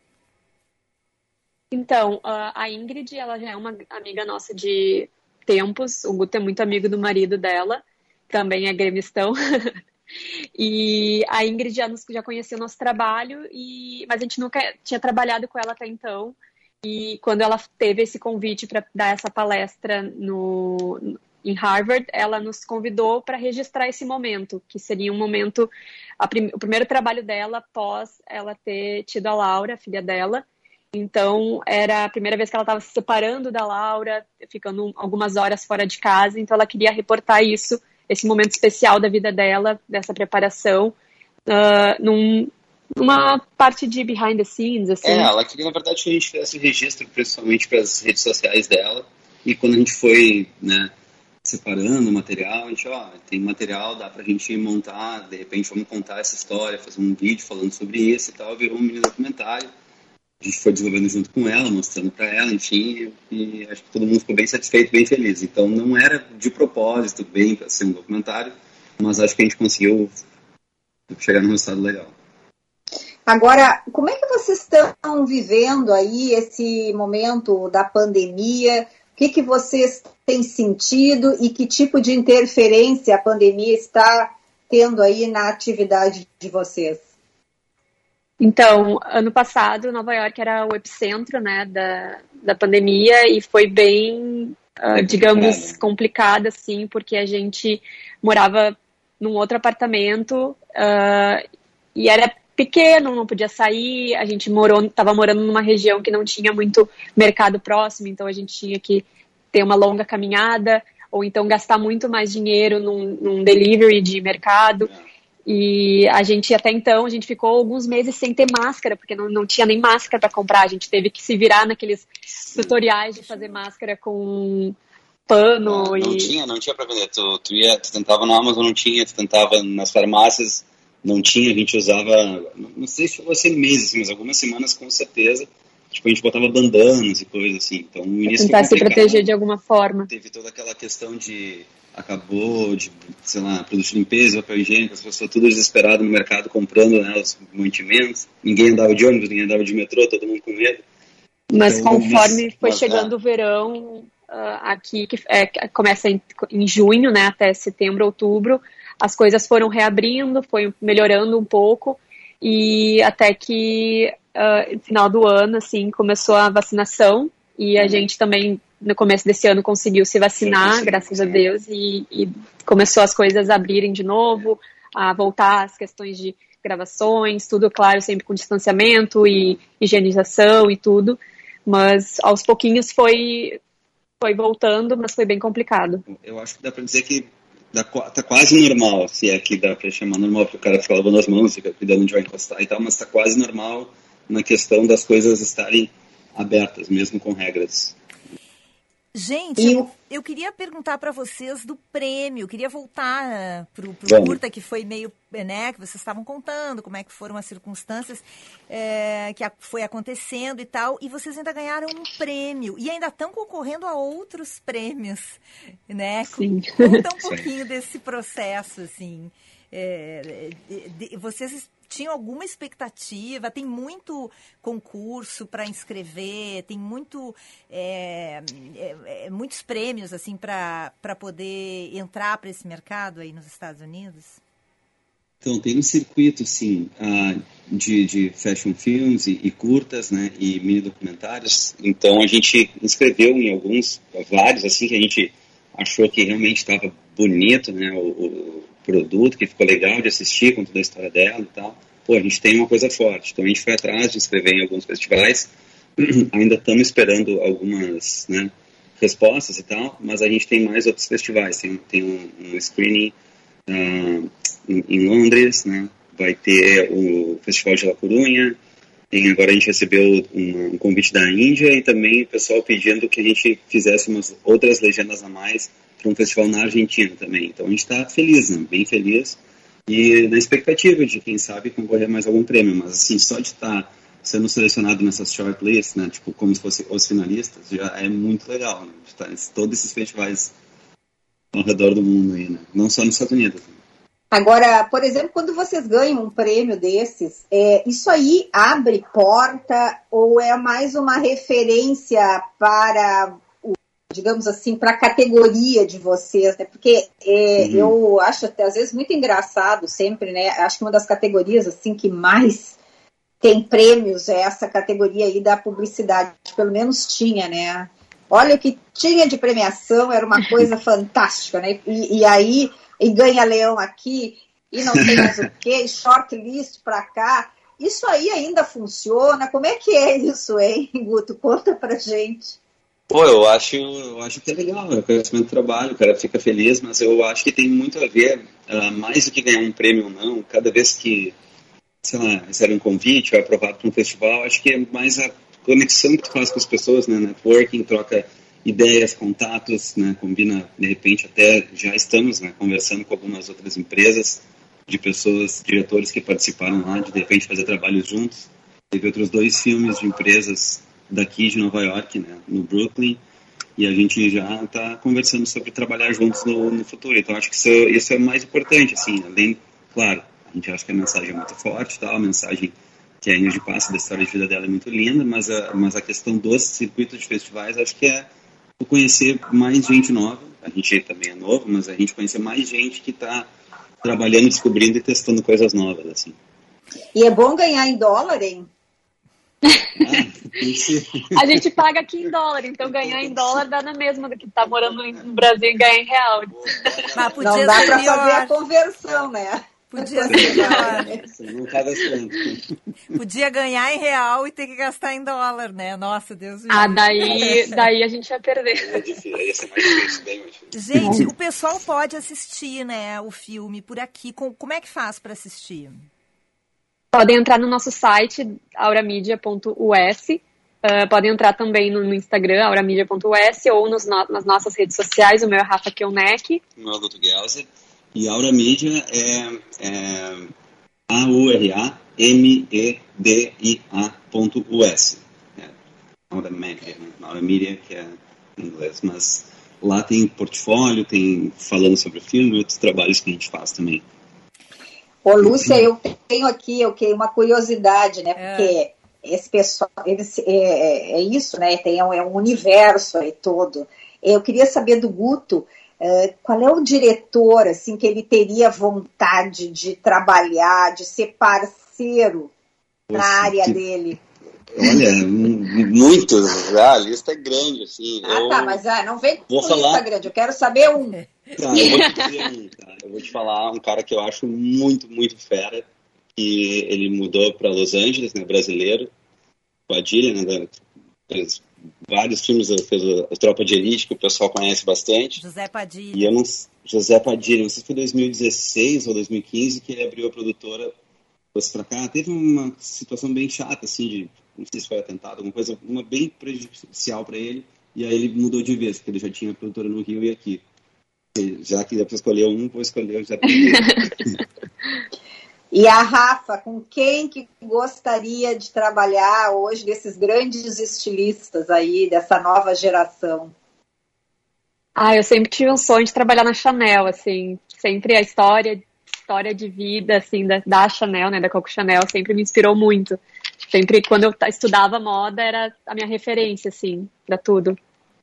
Então, a Ingrid, ela já é uma amiga nossa de tempos. O Guto é muito amigo do marido dela, também é gremistão. E a Ingrid já, nos, já conhecia o nosso trabalho, e, mas a gente nunca tinha trabalhado com ela até então. E quando ela teve esse convite para dar essa palestra no, em Harvard, ela nos convidou para registrar esse momento, que seria um momento, a prim, o primeiro trabalho dela após ela ter tido a Laura, a filha dela. Então, era a primeira vez que ela estava se separando da Laura, ficando algumas horas fora de casa, então ela queria reportar isso, esse momento especial da vida dela, dessa preparação, uh, num, numa parte de behind the scenes, assim. É, ela queria, na verdade, que a gente fizesse o registro, principalmente para as redes sociais dela, e quando a gente foi, né, separando o material, a gente, ó, tem material, dá pra gente montar, de repente vamos contar essa história, fazer um vídeo falando sobre isso e tal, virou um mini documentário. A gente foi desenvolvendo junto com ela, mostrando para ela, enfim, e acho que todo mundo ficou bem satisfeito, bem feliz. Então não era de propósito bem para ser um documentário, mas acho que a gente conseguiu chegar num resultado legal. Agora, como é que vocês estão vivendo aí esse momento da pandemia? O que, que vocês têm sentido e que tipo de interferência a pandemia está tendo aí na atividade de vocês? Então, ano passado, Nova York era o epicentro, né, da, da pandemia, e foi bem, uh, digamos, complicado, assim, porque a gente morava num outro apartamento uh, e era pequeno, não podia sair, a gente morou, estava morando numa região que não tinha muito mercado próximo, então a gente tinha que ter uma longa caminhada, ou então gastar muito mais dinheiro num, num delivery de mercado. E a gente, até então, a gente ficou alguns meses sem ter máscara, porque não, não tinha nem máscara para comprar. A gente teve que se virar naqueles tutoriais de fazer máscara com pano. Não, e... não tinha, não tinha para vender. Tu, tu, ia, tu tentava no Amazon, não tinha. Tu tentava nas farmácias, não tinha. A gente usava, não sei se chegou a ser meses, mas algumas semanas com certeza. Tipo, a gente botava bandanas e coisas assim. Então, no início tentar se proteger de alguma forma. Teve toda aquela questão de... acabou de, sei lá, produto de limpeza, papel higiênico, as pessoas tudo desesperado no mercado comprando, né, os mantimentos, ninguém andava de ônibus, ninguém andava de metrô, todo mundo com medo. Mas então, conforme mas, foi mas, chegando é. o verão, uh, aqui, que é, começa em, em junho, né, até setembro, outubro, as coisas foram reabrindo, foi melhorando um pouco, e até que uh, no final do ano, assim, começou a vacinação, e a gente também, no começo desse ano, conseguiu se vacinar, graças a Deus, e, e começou as coisas a abrirem de novo, a voltar às questões de gravações, tudo, claro, sempre com distanciamento e higienização e tudo, mas aos pouquinhos foi, foi voltando, mas foi bem complicado. Eu acho que dá para dizer que dá, tá quase normal, se é que dá para chamar normal, porque o cara fica lavando as mãos, fica cuidando onde vai encostar e tal, mas tá quase normal na questão das coisas estarem abertas, mesmo com regras. Gente, eu, eu queria perguntar para vocês do prêmio, queria voltar para o curta que foi meio, né, que vocês estavam contando, como é que foram as circunstâncias é, que a, foi acontecendo e tal, e vocês ainda ganharam um prêmio, e ainda estão concorrendo a outros prêmios, né? Sim. Conta um pouquinho desse processo, assim. É, de, de, vocês tinham alguma expectativa? Tem muito concurso para inscrever, tem muito, é, é, muitos prêmios assim para poder entrar para esse mercado aí nos Estados Unidos? Então, tem um circuito, sim, uh, de, de fashion films e, e curtas, né, e mini documentários. Então, a gente inscreveu em alguns, vários, assim, que a gente achou que realmente estava bonito, né, o, o produto, que ficou legal de assistir, com toda a história dela e tal. Pô, a gente tem uma coisa forte. Então, a gente foi atrás de inscrever em alguns festivais. Ainda estamos esperando algumas, né, respostas e tal, mas a gente tem mais outros festivais. Tem, tem um, um screening uh, em, em Londres, né? Vai ter o Festival de La Corunha. Tem, agora a gente recebeu um, um convite da Índia e também o pessoal pedindo que a gente fizesse umas outras legendas a mais para um festival na Argentina também. Então a gente está feliz, né? Bem feliz, e na expectativa de, quem sabe, concorrer a mais algum prêmio. Mas assim, só de estar tá sendo selecionado nessas shortlists, né, tipo, como se fossem os finalistas, já é muito legal, né? De estar em todos esses festivais ao redor do mundo aí, né? Não só nos Estados Unidos. Agora, por exemplo, quando vocês ganham um prêmio desses, é, isso aí abre porta ou é mais uma referência para o, digamos assim, para a categoria de vocês, né? Porque é, uhum. eu acho até às vezes muito engraçado sempre, né? Acho que uma das categorias assim que mais tem prêmios é essa categoria aí da publicidade, pelo menos tinha, né? Olha o que tinha de premiação, era uma coisa fantástica, né? E, e aí, e ganha leão aqui, e não sei mais o quê, shortlist para cá. Isso aí ainda funciona? Como é que é isso, hein, Guto? Conta pra gente. Pô, eu acho, eu acho que é legal, é o conhecimento do trabalho, o cara fica feliz, mas eu acho que tem muito a ver, uh, mais do que ganhar um prêmio ou não, cada vez que, sei lá, recebe um convite ou é aprovado para um festival, acho que é mais a conexão que tu faz com as pessoas, né, networking, troca ideias, contatos, né, combina, de repente, até já estamos, né, conversando com algumas outras empresas, de pessoas, diretores que participaram lá, de, de repente fazer trabalhos juntos. Teve outros dois filmes de empresas daqui de Nova York, né, no Brooklyn, e a gente já está conversando sobre trabalhar juntos no, no futuro. Então acho que isso, isso é mais importante, assim, além, claro, a gente acha que a mensagem é muito forte, tal, a mensagem que a Ingrid passa da história de vida dela é muito linda, mas a, mas a questão dos circuitos de festivais, acho que é conhecer mais gente nova. A gente também é novo, mas a gente conhecer mais gente que está trabalhando, descobrindo e testando coisas novas, assim. E é bom ganhar em dólar, hein? Ah, a gente paga aqui em dólar, então ganhar em dólar dá na mesma do que tá morando no Brasil e ganhar em real. Mas podia não dá ser para melhor. fazer a conversão, né? Podia ser melhor. Não tá gastando. Podia ganhar em real e ter que gastar em dólar, né? Nossa, Deus me Ah, daí, daí a gente ia perder. É difícil, ia ser mais difícil, bem mais difícil. Gente, o pessoal pode assistir, né, o filme por aqui. Como é que faz para assistir? Podem entrar no nosso site, auramedia ponto u s. Uh, podem entrar também no, no Instagram, auramedia ponto u s, ou nos no, nas nossas redes sociais. O meu é Rafa Kionek. O meu é Guto Gelser. E Aura Media é, é A U R A M E D I A ponto U S. É, Aura Media, né? Aura Media, que é em inglês. Mas lá tem portfólio, tem falando sobre o filme e outros trabalhos que a gente faz também. Ô, Lúcia, eu tenho aqui okay, uma curiosidade, né? Porque é. esse pessoal, eles, é, é isso, né? Tem um, é um universo aí todo. Eu queria saber do Guto, uh, qual é o diretor assim, que ele teria vontade de trabalhar, de ser parceiro Poxa, na área que... dele? Olha, muitos, a lista é grande, assim. Ah, eu tá, mas ah, não vem com falar... lista grande, eu quero saber um. Tá, eu, vou te dizer um tá? eu vou te falar um cara que eu acho muito, muito fera, que ele mudou para Los Angeles, né, brasileiro, Padilha, né, fez vários filmes, fez a Tropa de Elite, que o pessoal conhece bastante. José Padilha. E eu não, José Padilha, não sei se foi dois mil e dezesseis ou dois mil e quinze que ele abriu a produtora, fosse pra cá, teve uma situação bem chata, assim, de, não sei se foi atentado, alguma coisa, uma bem prejudicial para ele, e aí ele mudou de vez, porque ele já tinha a produtora no Rio e aqui. E já que dá para escolher um, vou escolher o José Padilha. E a Rafa, com quem que gostaria de trabalhar hoje desses grandes estilistas aí, dessa nova geração? Ah, eu sempre tive um sonho de trabalhar na Chanel, assim, sempre a história, história de vida, assim, da, da Chanel, né, da Coco Chanel, sempre me inspirou muito. Sempre, quando eu estudava moda, era a minha referência, assim, para tudo.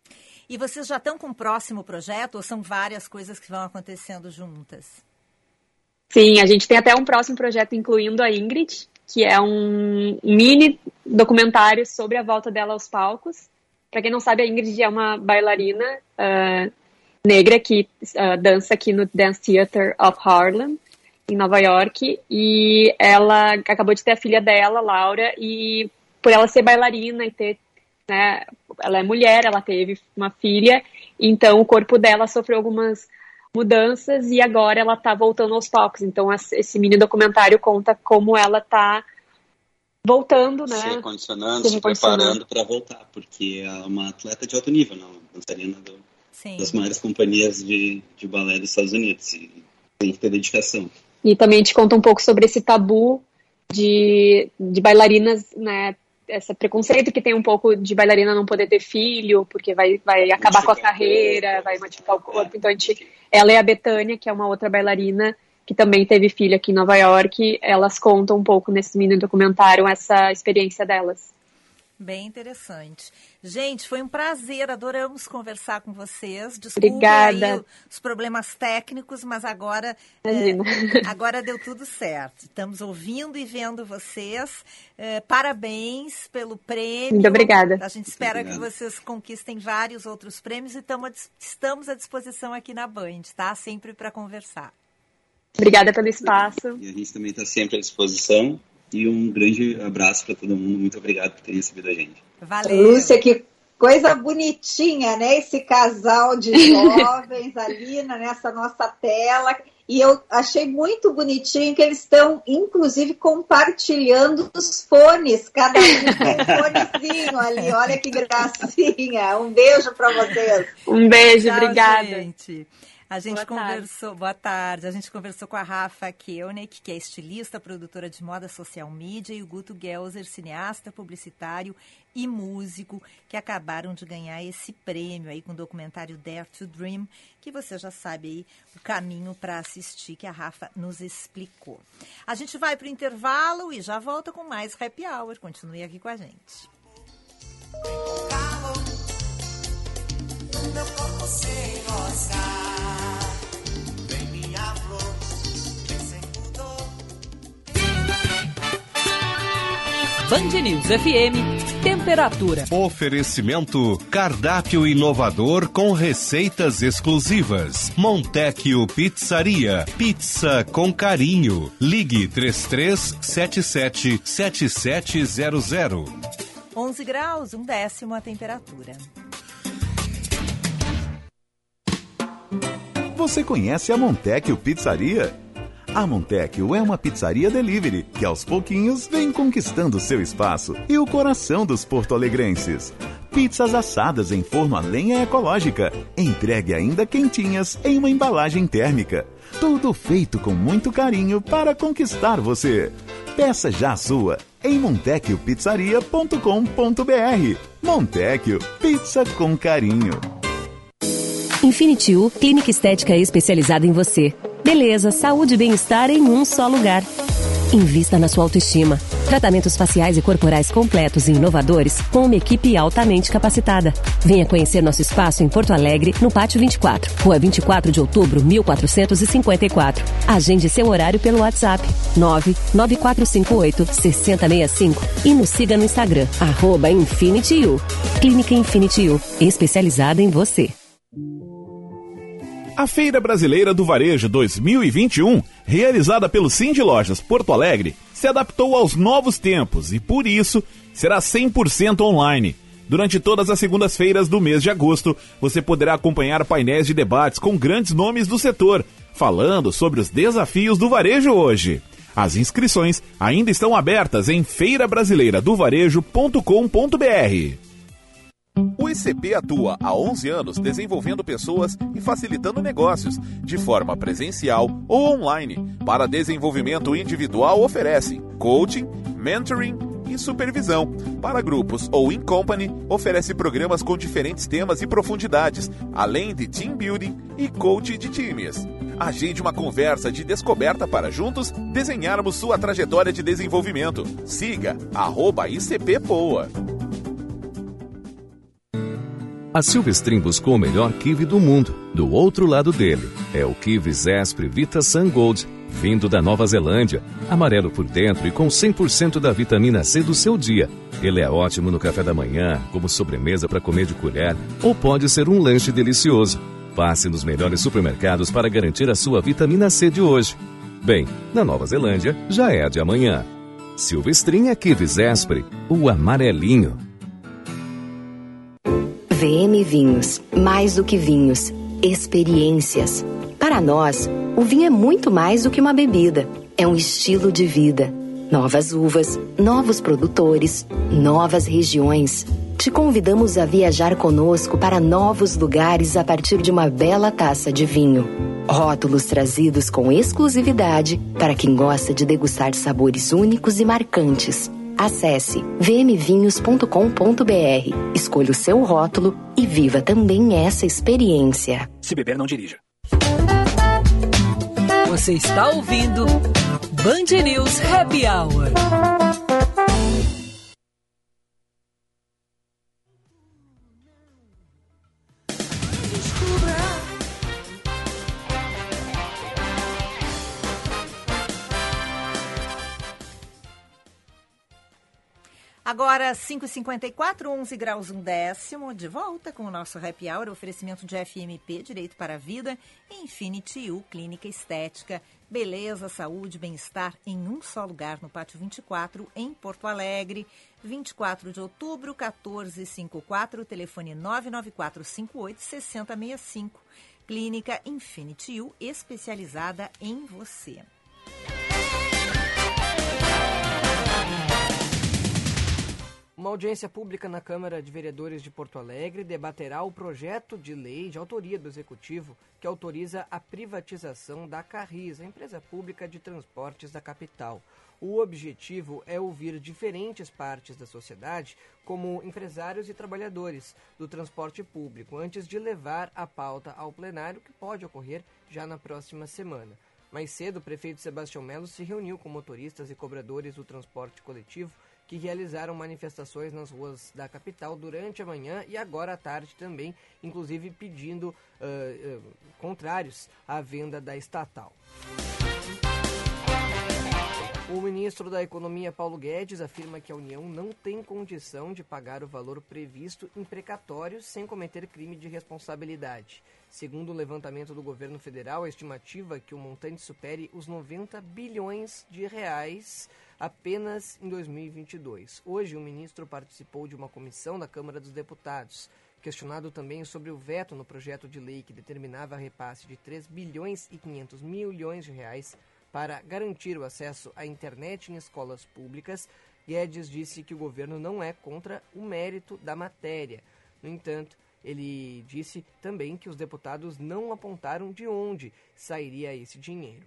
E vocês já estão com um próximo projeto ou são várias coisas que vão acontecendo juntas? Sim, a gente tem até um próximo projeto incluindo a Ingrid, que é um mini documentário sobre a volta dela aos palcos. Para quem não sabe, a Ingrid é uma bailarina uh, negra que uh, dança aqui no Dance Theater of Harlem, em Nova York, e ela acabou de ter a filha dela, Laura, e por ela ser bailarina e ter, né, ela é mulher, ela teve uma filha, então o corpo dela sofreu algumas mudanças e agora ela tá voltando aos palcos. Então esse mini documentário conta como ela tá voltando, né? Se recondicionando, se, se preparando para voltar, porque ela é uma atleta de alto nível, não, dançarina do, das maiores companhias de, de balé dos Estados Unidos, e tem que ter dedicação. E também te conta um pouco sobre esse tabu de, de bailarinas, né? Esse preconceito que tem um pouco de bailarina não poder ter filho, porque vai, vai acabar com a carreira, vai modificar o corpo. Então, a gente, ela e a Betânia, que é uma outra bailarina, que também teve filho aqui em Nova York, elas contam um pouco nesse mini documentário essa experiência delas. Bem interessante. Gente, foi um prazer, adoramos conversar com vocês. Desculpe Obrigada. Aí os problemas técnicos, mas agora, é, agora deu tudo certo. Estamos ouvindo e vendo vocês. É, parabéns pelo prêmio. Muito obrigada. A gente espera que vocês conquistem vários outros prêmios e tamo, estamos à disposição aqui na Band, tá? Sempre para conversar. Obrigada pelo espaço. E a gente também está sempre à disposição. E um grande abraço para todo mundo. Muito obrigado por ter recebido a gente. Valeu. Lúcia, que coisa bonitinha, né? Esse casal de jovens ali nessa nossa tela. E eu achei muito bonitinho que eles estão, inclusive, compartilhando os fones. Cada um tem um fonezinho ali. Olha que gracinha. Um beijo para vocês. Um beijo, Tchau, obrigada. Gente. A gente boa conversou, tarde. boa tarde, a gente conversou com a Rafa Koenig, que é estilista, produtora de moda social media, e o Guto Gelser, cineasta, publicitário e músico, que acabaram de ganhar esse prêmio aí com o documentário Dare to Dream, que você já sabe aí o caminho para assistir, que a Rafa nos explicou. A gente vai para o intervalo e já volta com mais Happy Hour. Continue aqui com a gente. Meu corpo sem roscar, vem minha flor, vem sem pudor. Band News F M, temperatura. Oferecimento, cardápio inovador com receitas exclusivas. Montecchio Pizzaria, pizza com carinho. Ligue três três sete sete sete sete zero zero. onze graus, um décimo a temperatura. Você conhece a Montecchio Pizzaria? A Montecchio é uma pizzaria delivery que aos pouquinhos vem conquistando seu espaço e o coração dos porto-alegrenses. Pizzas assadas em forno a lenha ecológica, entregue ainda quentinhas em uma embalagem térmica. Tudo feito com muito carinho para conquistar você. Peça já a sua em montecchio pizzaria ponto com ponto b r. Montecchio, pizza com carinho. Infinity U, clínica estética especializada em você. Beleza, saúde e bem-estar em um só lugar. Invista na sua autoestima. Tratamentos faciais e corporais completos e inovadores com uma equipe altamente capacitada. Venha conhecer nosso espaço em Porto Alegre, no Pátio vinte e quatro, Rua vinte e quatro de Outubro, mil quatrocentos e cinquenta e quatro. Agende seu horário pelo WhatsApp nove nove quatro cinco oito, seis zero seis cinco e nos siga no Instagram, arroba InfinityU. Clínica InfinityU, especializada em você. A Feira Brasileira do Varejo dois mil e vinte e um, realizada pelo Cindy Lojas Porto Alegre, se adaptou aos novos tempos e, por isso, será cem por cento online. Durante todas as segundas-feiras do mês de agosto, você poderá acompanhar painéis de debates com grandes nomes do setor, falando sobre os desafios do varejo hoje. As inscrições ainda estão abertas em feira brasileira do varejo ponto com ponto b r. O I C P atua há onze anos desenvolvendo pessoas e facilitando negócios, de forma presencial ou online. Para desenvolvimento individual, oferece coaching, mentoring e supervisão. Para grupos ou in company, oferece programas com diferentes temas e profundidades, além de team building e coach de times. Agende uma conversa de descoberta para juntos desenharmos sua trajetória de desenvolvimento. Siga arroba I C P Poa. A Silvestrin buscou o melhor kiwi do mundo. Do outro lado dele é o kiwi Zespri Vita Sun Gold, vindo da Nova Zelândia. Amarelo por dentro e com cem por cento da vitamina C do seu dia. Ele é ótimo no café da manhã, como sobremesa para comer de colher, ou pode ser um lanche delicioso. Passe nos melhores supermercados para garantir a sua vitamina C de hoje. Bem, na Nova Zelândia já é a de amanhã. Silvestrin é kiwi Zespri, o amarelinho. V M Vinhos, mais do que vinhos, experiências. Para nós, o vinho é muito mais do que uma bebida, é um estilo de vida. Novas uvas, novos produtores, novas regiões. Te convidamos a viajar conosco para novos lugares a partir de uma bela taça de vinho. Rótulos trazidos com exclusividade para quem gosta de degustar sabores únicos e marcantes. Acesse v m vinhos ponto com ponto b r, escolha o seu rótulo e viva também essa experiência. Se beber, não dirija. Você está ouvindo Band News Happy Hour. Agora, cinco e cinquenta e quatro, onze graus, um décimo, de volta com o nosso Happy Hour, oferecimento de F M P, Direito para a Vida, Infinity U, Clínica Estética, beleza, saúde, bem-estar em um só lugar, no Pátio vinte e quatro, em Porto Alegre, vinte e quatro de outubro, quatorze cinquenta e quatro, telefone nove nove quatro cinco oito, seis zero seis cinco, Clínica Infinity U, especializada em você. Uma audiência pública na Câmara de Vereadores de Porto Alegre debaterá o projeto de lei de autoria do Executivo que autoriza a privatização da Carris, a empresa pública de transportes da capital. O objetivo é ouvir diferentes partes da sociedade, como empresários e trabalhadores do transporte público, antes de levar a pauta ao plenário, que pode ocorrer já na próxima semana. Mais cedo, o prefeito Sebastião Melo se reuniu com motoristas e cobradores do transporte coletivo que realizaram manifestações nas ruas da capital durante a manhã e agora à tarde também, inclusive pedindo uh, uh, contrários à venda da estatal. O ministro da Economia, Paulo Guedes, afirma que a União não tem condição de pagar o valor previsto em precatórios sem cometer crime de responsabilidade. Segundo o levantamento do governo federal, a estimativa é que o montante supere os noventa bilhões de reais apenas em dois mil e vinte e dois. Hoje, o ministro participou de uma comissão da Câmara dos Deputados. Questionado também sobre o veto no projeto de lei que determinava repasse de três bilhões e quinhentos milhões de reais para garantir o acesso à internet em escolas públicas, Guedes disse que o governo não é contra o mérito da matéria. No entanto, ele disse também que os deputados não apontaram de onde sairia esse dinheiro.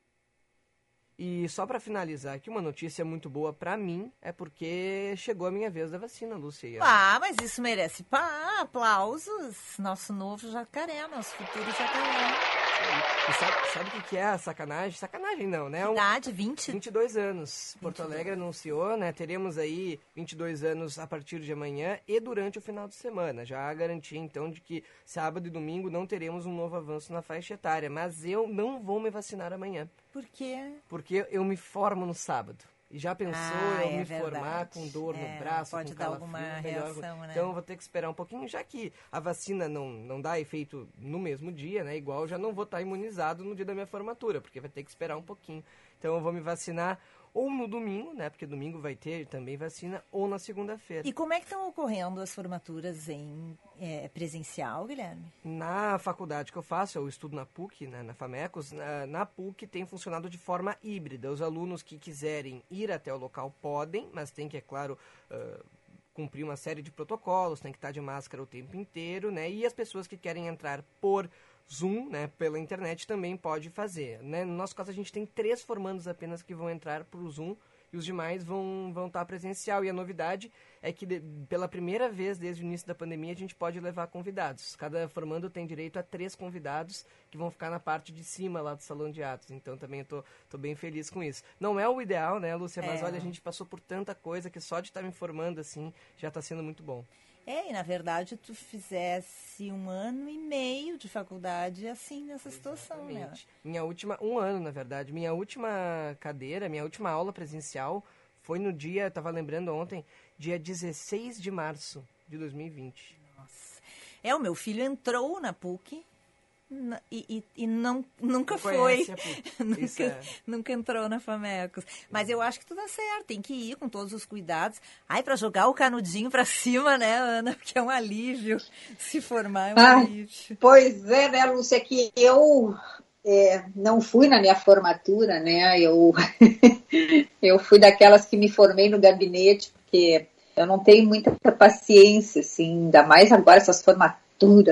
E só para finalizar aqui, uma notícia muito boa para mim é porque chegou a minha vez da vacina, Lúcia. Ah, mas isso merece pá, aplausos. Nosso novo jacaré, nosso futuro jacaré. E sabe, sabe o que, que é a sacanagem? Sacanagem não, né? Um, idade, vinte? vinte e dois anos. Porto Alegre anunciou, né? Teremos aí vinte e dois anos a partir de amanhã e durante o final de semana. Já há garantia, então, de que sábado e domingo não teremos um novo avanço na faixa etária. Mas eu não vou me vacinar amanhã. Por quê? Porque eu me formo no sábado. E já pensou ah, eu é me verdade. formar com dor é, no braço, pode com dar calafrio, alguma melhor, reação, né? Então eu vou ter que esperar um pouquinho, já que a vacina não, não dá efeito no mesmo dia, né? Igual eu já não vou estar imunizado no dia da minha formatura, porque vai ter que esperar um pouquinho. Então eu vou me vacinar ou no domingo, né? Porque domingo vai ter também vacina, ou na segunda-feira. E como é que estão ocorrendo as formaturas em é, presencial, Guilherme? Na faculdade que eu faço, eu estudo na P U C, né, na FAMECOS, na, na P U C tem funcionado de forma híbrida. Os alunos que quiserem ir até o local podem, mas tem que, é claro, uh, cumprir uma série de protocolos, tem que estar de máscara o tempo inteiro, né? E as pessoas que querem entrar por Zoom, né, pela internet, também pode fazer, né? No nosso caso, a gente tem três formandos apenas que vão entrar para o Zoom e os demais vão, vão estar presencial. E a novidade é que, de, pela primeira vez desde o início da pandemia, a gente pode levar convidados. Cada formando tem direito a três convidados que vão ficar na parte de cima lá do salão de atos. Então, também eu tô, tô bem feliz com isso. Não é o ideal, né, Lúcia? Mas, é. olha, a gente passou por tanta coisa que só de estar me formando, assim, já está sendo muito bom. É, e na verdade tu fizesse um ano e meio de faculdade assim nessa situação, né? Minha última, um ano na verdade, minha última cadeira, minha última aula presencial foi no dia, eu tava lembrando ontem, dia dezesseis de março de dois mil e vinte. Nossa. É, o meu filho entrou na P U C e, e, e não, nunca foi, nunca, é. nunca entrou na FAMECOS. Mas eu acho que tudo é certo, tem que ir com todos os cuidados. Ai, para jogar o canudinho para cima, né, Ana? Porque é um alívio se formar, é um ah, alívio. Pois é, né, Lúcia, que eu é, não fui na minha formatura, né, eu, eu fui daquelas que me formei no gabinete, porque eu não tenho muita paciência, assim, ainda mais agora essas formaturas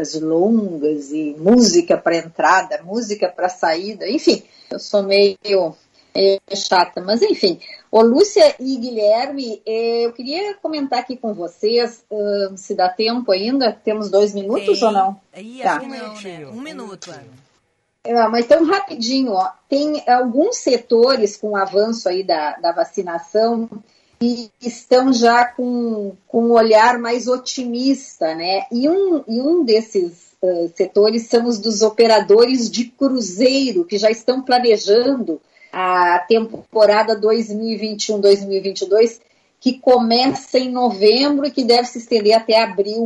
longas e música para entrada, música para saída, enfim, eu sou meio, meio chata, mas enfim. Ô, Lúcia e Guilherme, eu queria comentar aqui com vocês, uh, se dá tempo ainda, temos dois minutos Tem. ou não? Aí, tá. Um, não, né? um minuto, Ana. É, mas então, rapidinho, ó, tem alguns setores com o avanço aí da, da vacinação e estão já com, com um olhar mais otimista, né? E um, e um desses uh, setores são os dos operadores de cruzeiro, que já estão planejando a temporada dois mil e vinte e um, dois mil e vinte e dois, que começa em novembro e que deve se estender até abril.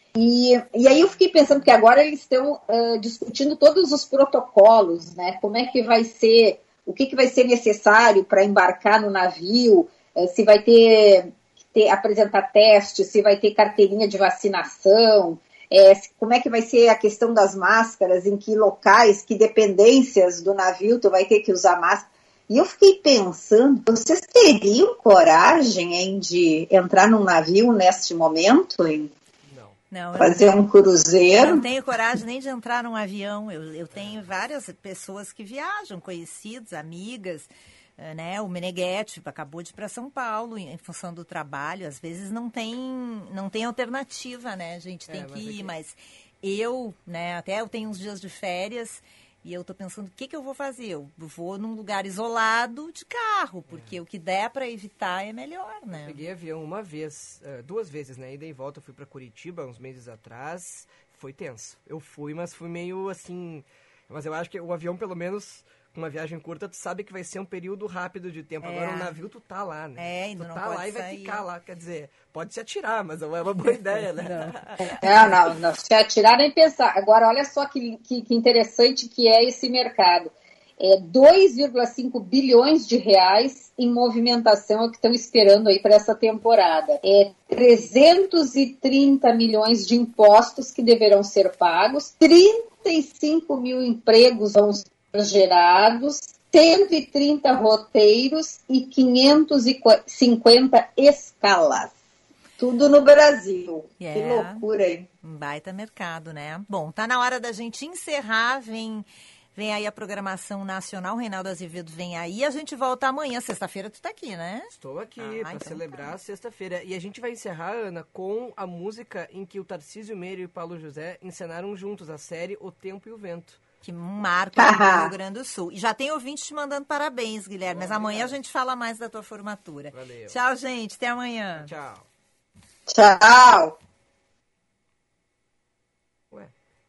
E, e aí eu fiquei pensando que agora eles estão uh, discutindo todos os protocolos, né? Como é que vai ser, o que, que vai ser necessário para embarcar no navio, se vai ter, ter apresentar teste, se vai ter carteirinha de vacinação, é, como é que vai ser a questão das máscaras, em que locais, que dependências do navio tu vai ter que usar máscara. E eu fiquei pensando, vocês teriam coragem, hein, de entrar num navio neste momento, hein? Não, fazer um cruzeiro? Eu não tenho coragem nem de entrar num avião. Eu, eu tenho várias pessoas que viajam, conhecidos, amigas, né? O Meneghetti acabou de ir para São Paulo em função do trabalho. Às vezes não tem, não tem alternativa, né? A gente tem é, que ir, aqui... mas eu, né? Até eu tenho uns dias de férias e eu tô pensando o que, que eu vou fazer. Eu vou num lugar isolado de carro, porque é. o que der para evitar é melhor, né? Eu peguei avião uma vez, duas vezes, né? Ida e volta, eu fui para Curitiba uns meses atrás. Foi tenso. Eu fui, mas fui meio assim... Mas eu acho que o avião, pelo menos... uma viagem curta, tu sabe que vai ser um período rápido de tempo. É. Agora, o navio, tu tá lá, né? É, ainda tu não tá pode lá e vai sair. ficar lá. Quer dizer, pode se atirar, mas não é uma boa ideia, né? Não, não, não. Se atirar nem pensar. Agora, olha só que, que, que interessante que é esse mercado. É dois vírgula cinco bilhões de reais em movimentação é o que estão esperando aí para essa temporada. É trezentos e trinta milhões de impostos que deverão ser pagos, trinta e cinco mil empregos vão ser gerados, cento e trinta roteiros e quinhentas e cinquenta escalas. Tudo no Brasil. Yeah. Que loucura, hein? Um baita mercado, né? Bom, tá na hora da gente encerrar. Vem, vem aí a programação nacional. Reinaldo Azevedo vem aí. A gente volta amanhã. Sexta-feira tu tá aqui, né? Estou aqui ah, para então celebrar tá. sexta-feira. E a gente vai encerrar, Ana, com a música em que o Tarcísio Meira e o Paulo José encenaram juntos a série O Tempo e o Vento. Que um marco aqui no Rio Grande do Sul. E já tem ouvinte te mandando parabéns, Guilherme. Mas amanhã a gente fala mais da tua formatura. Valeu. Tchau, gente. Até amanhã. Tchau. Tchau. Ué.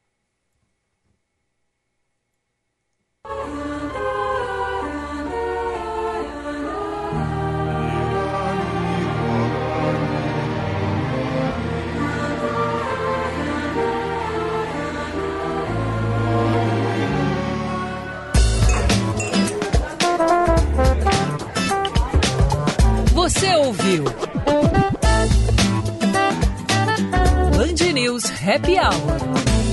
Você ouviu Band News Happy Hour.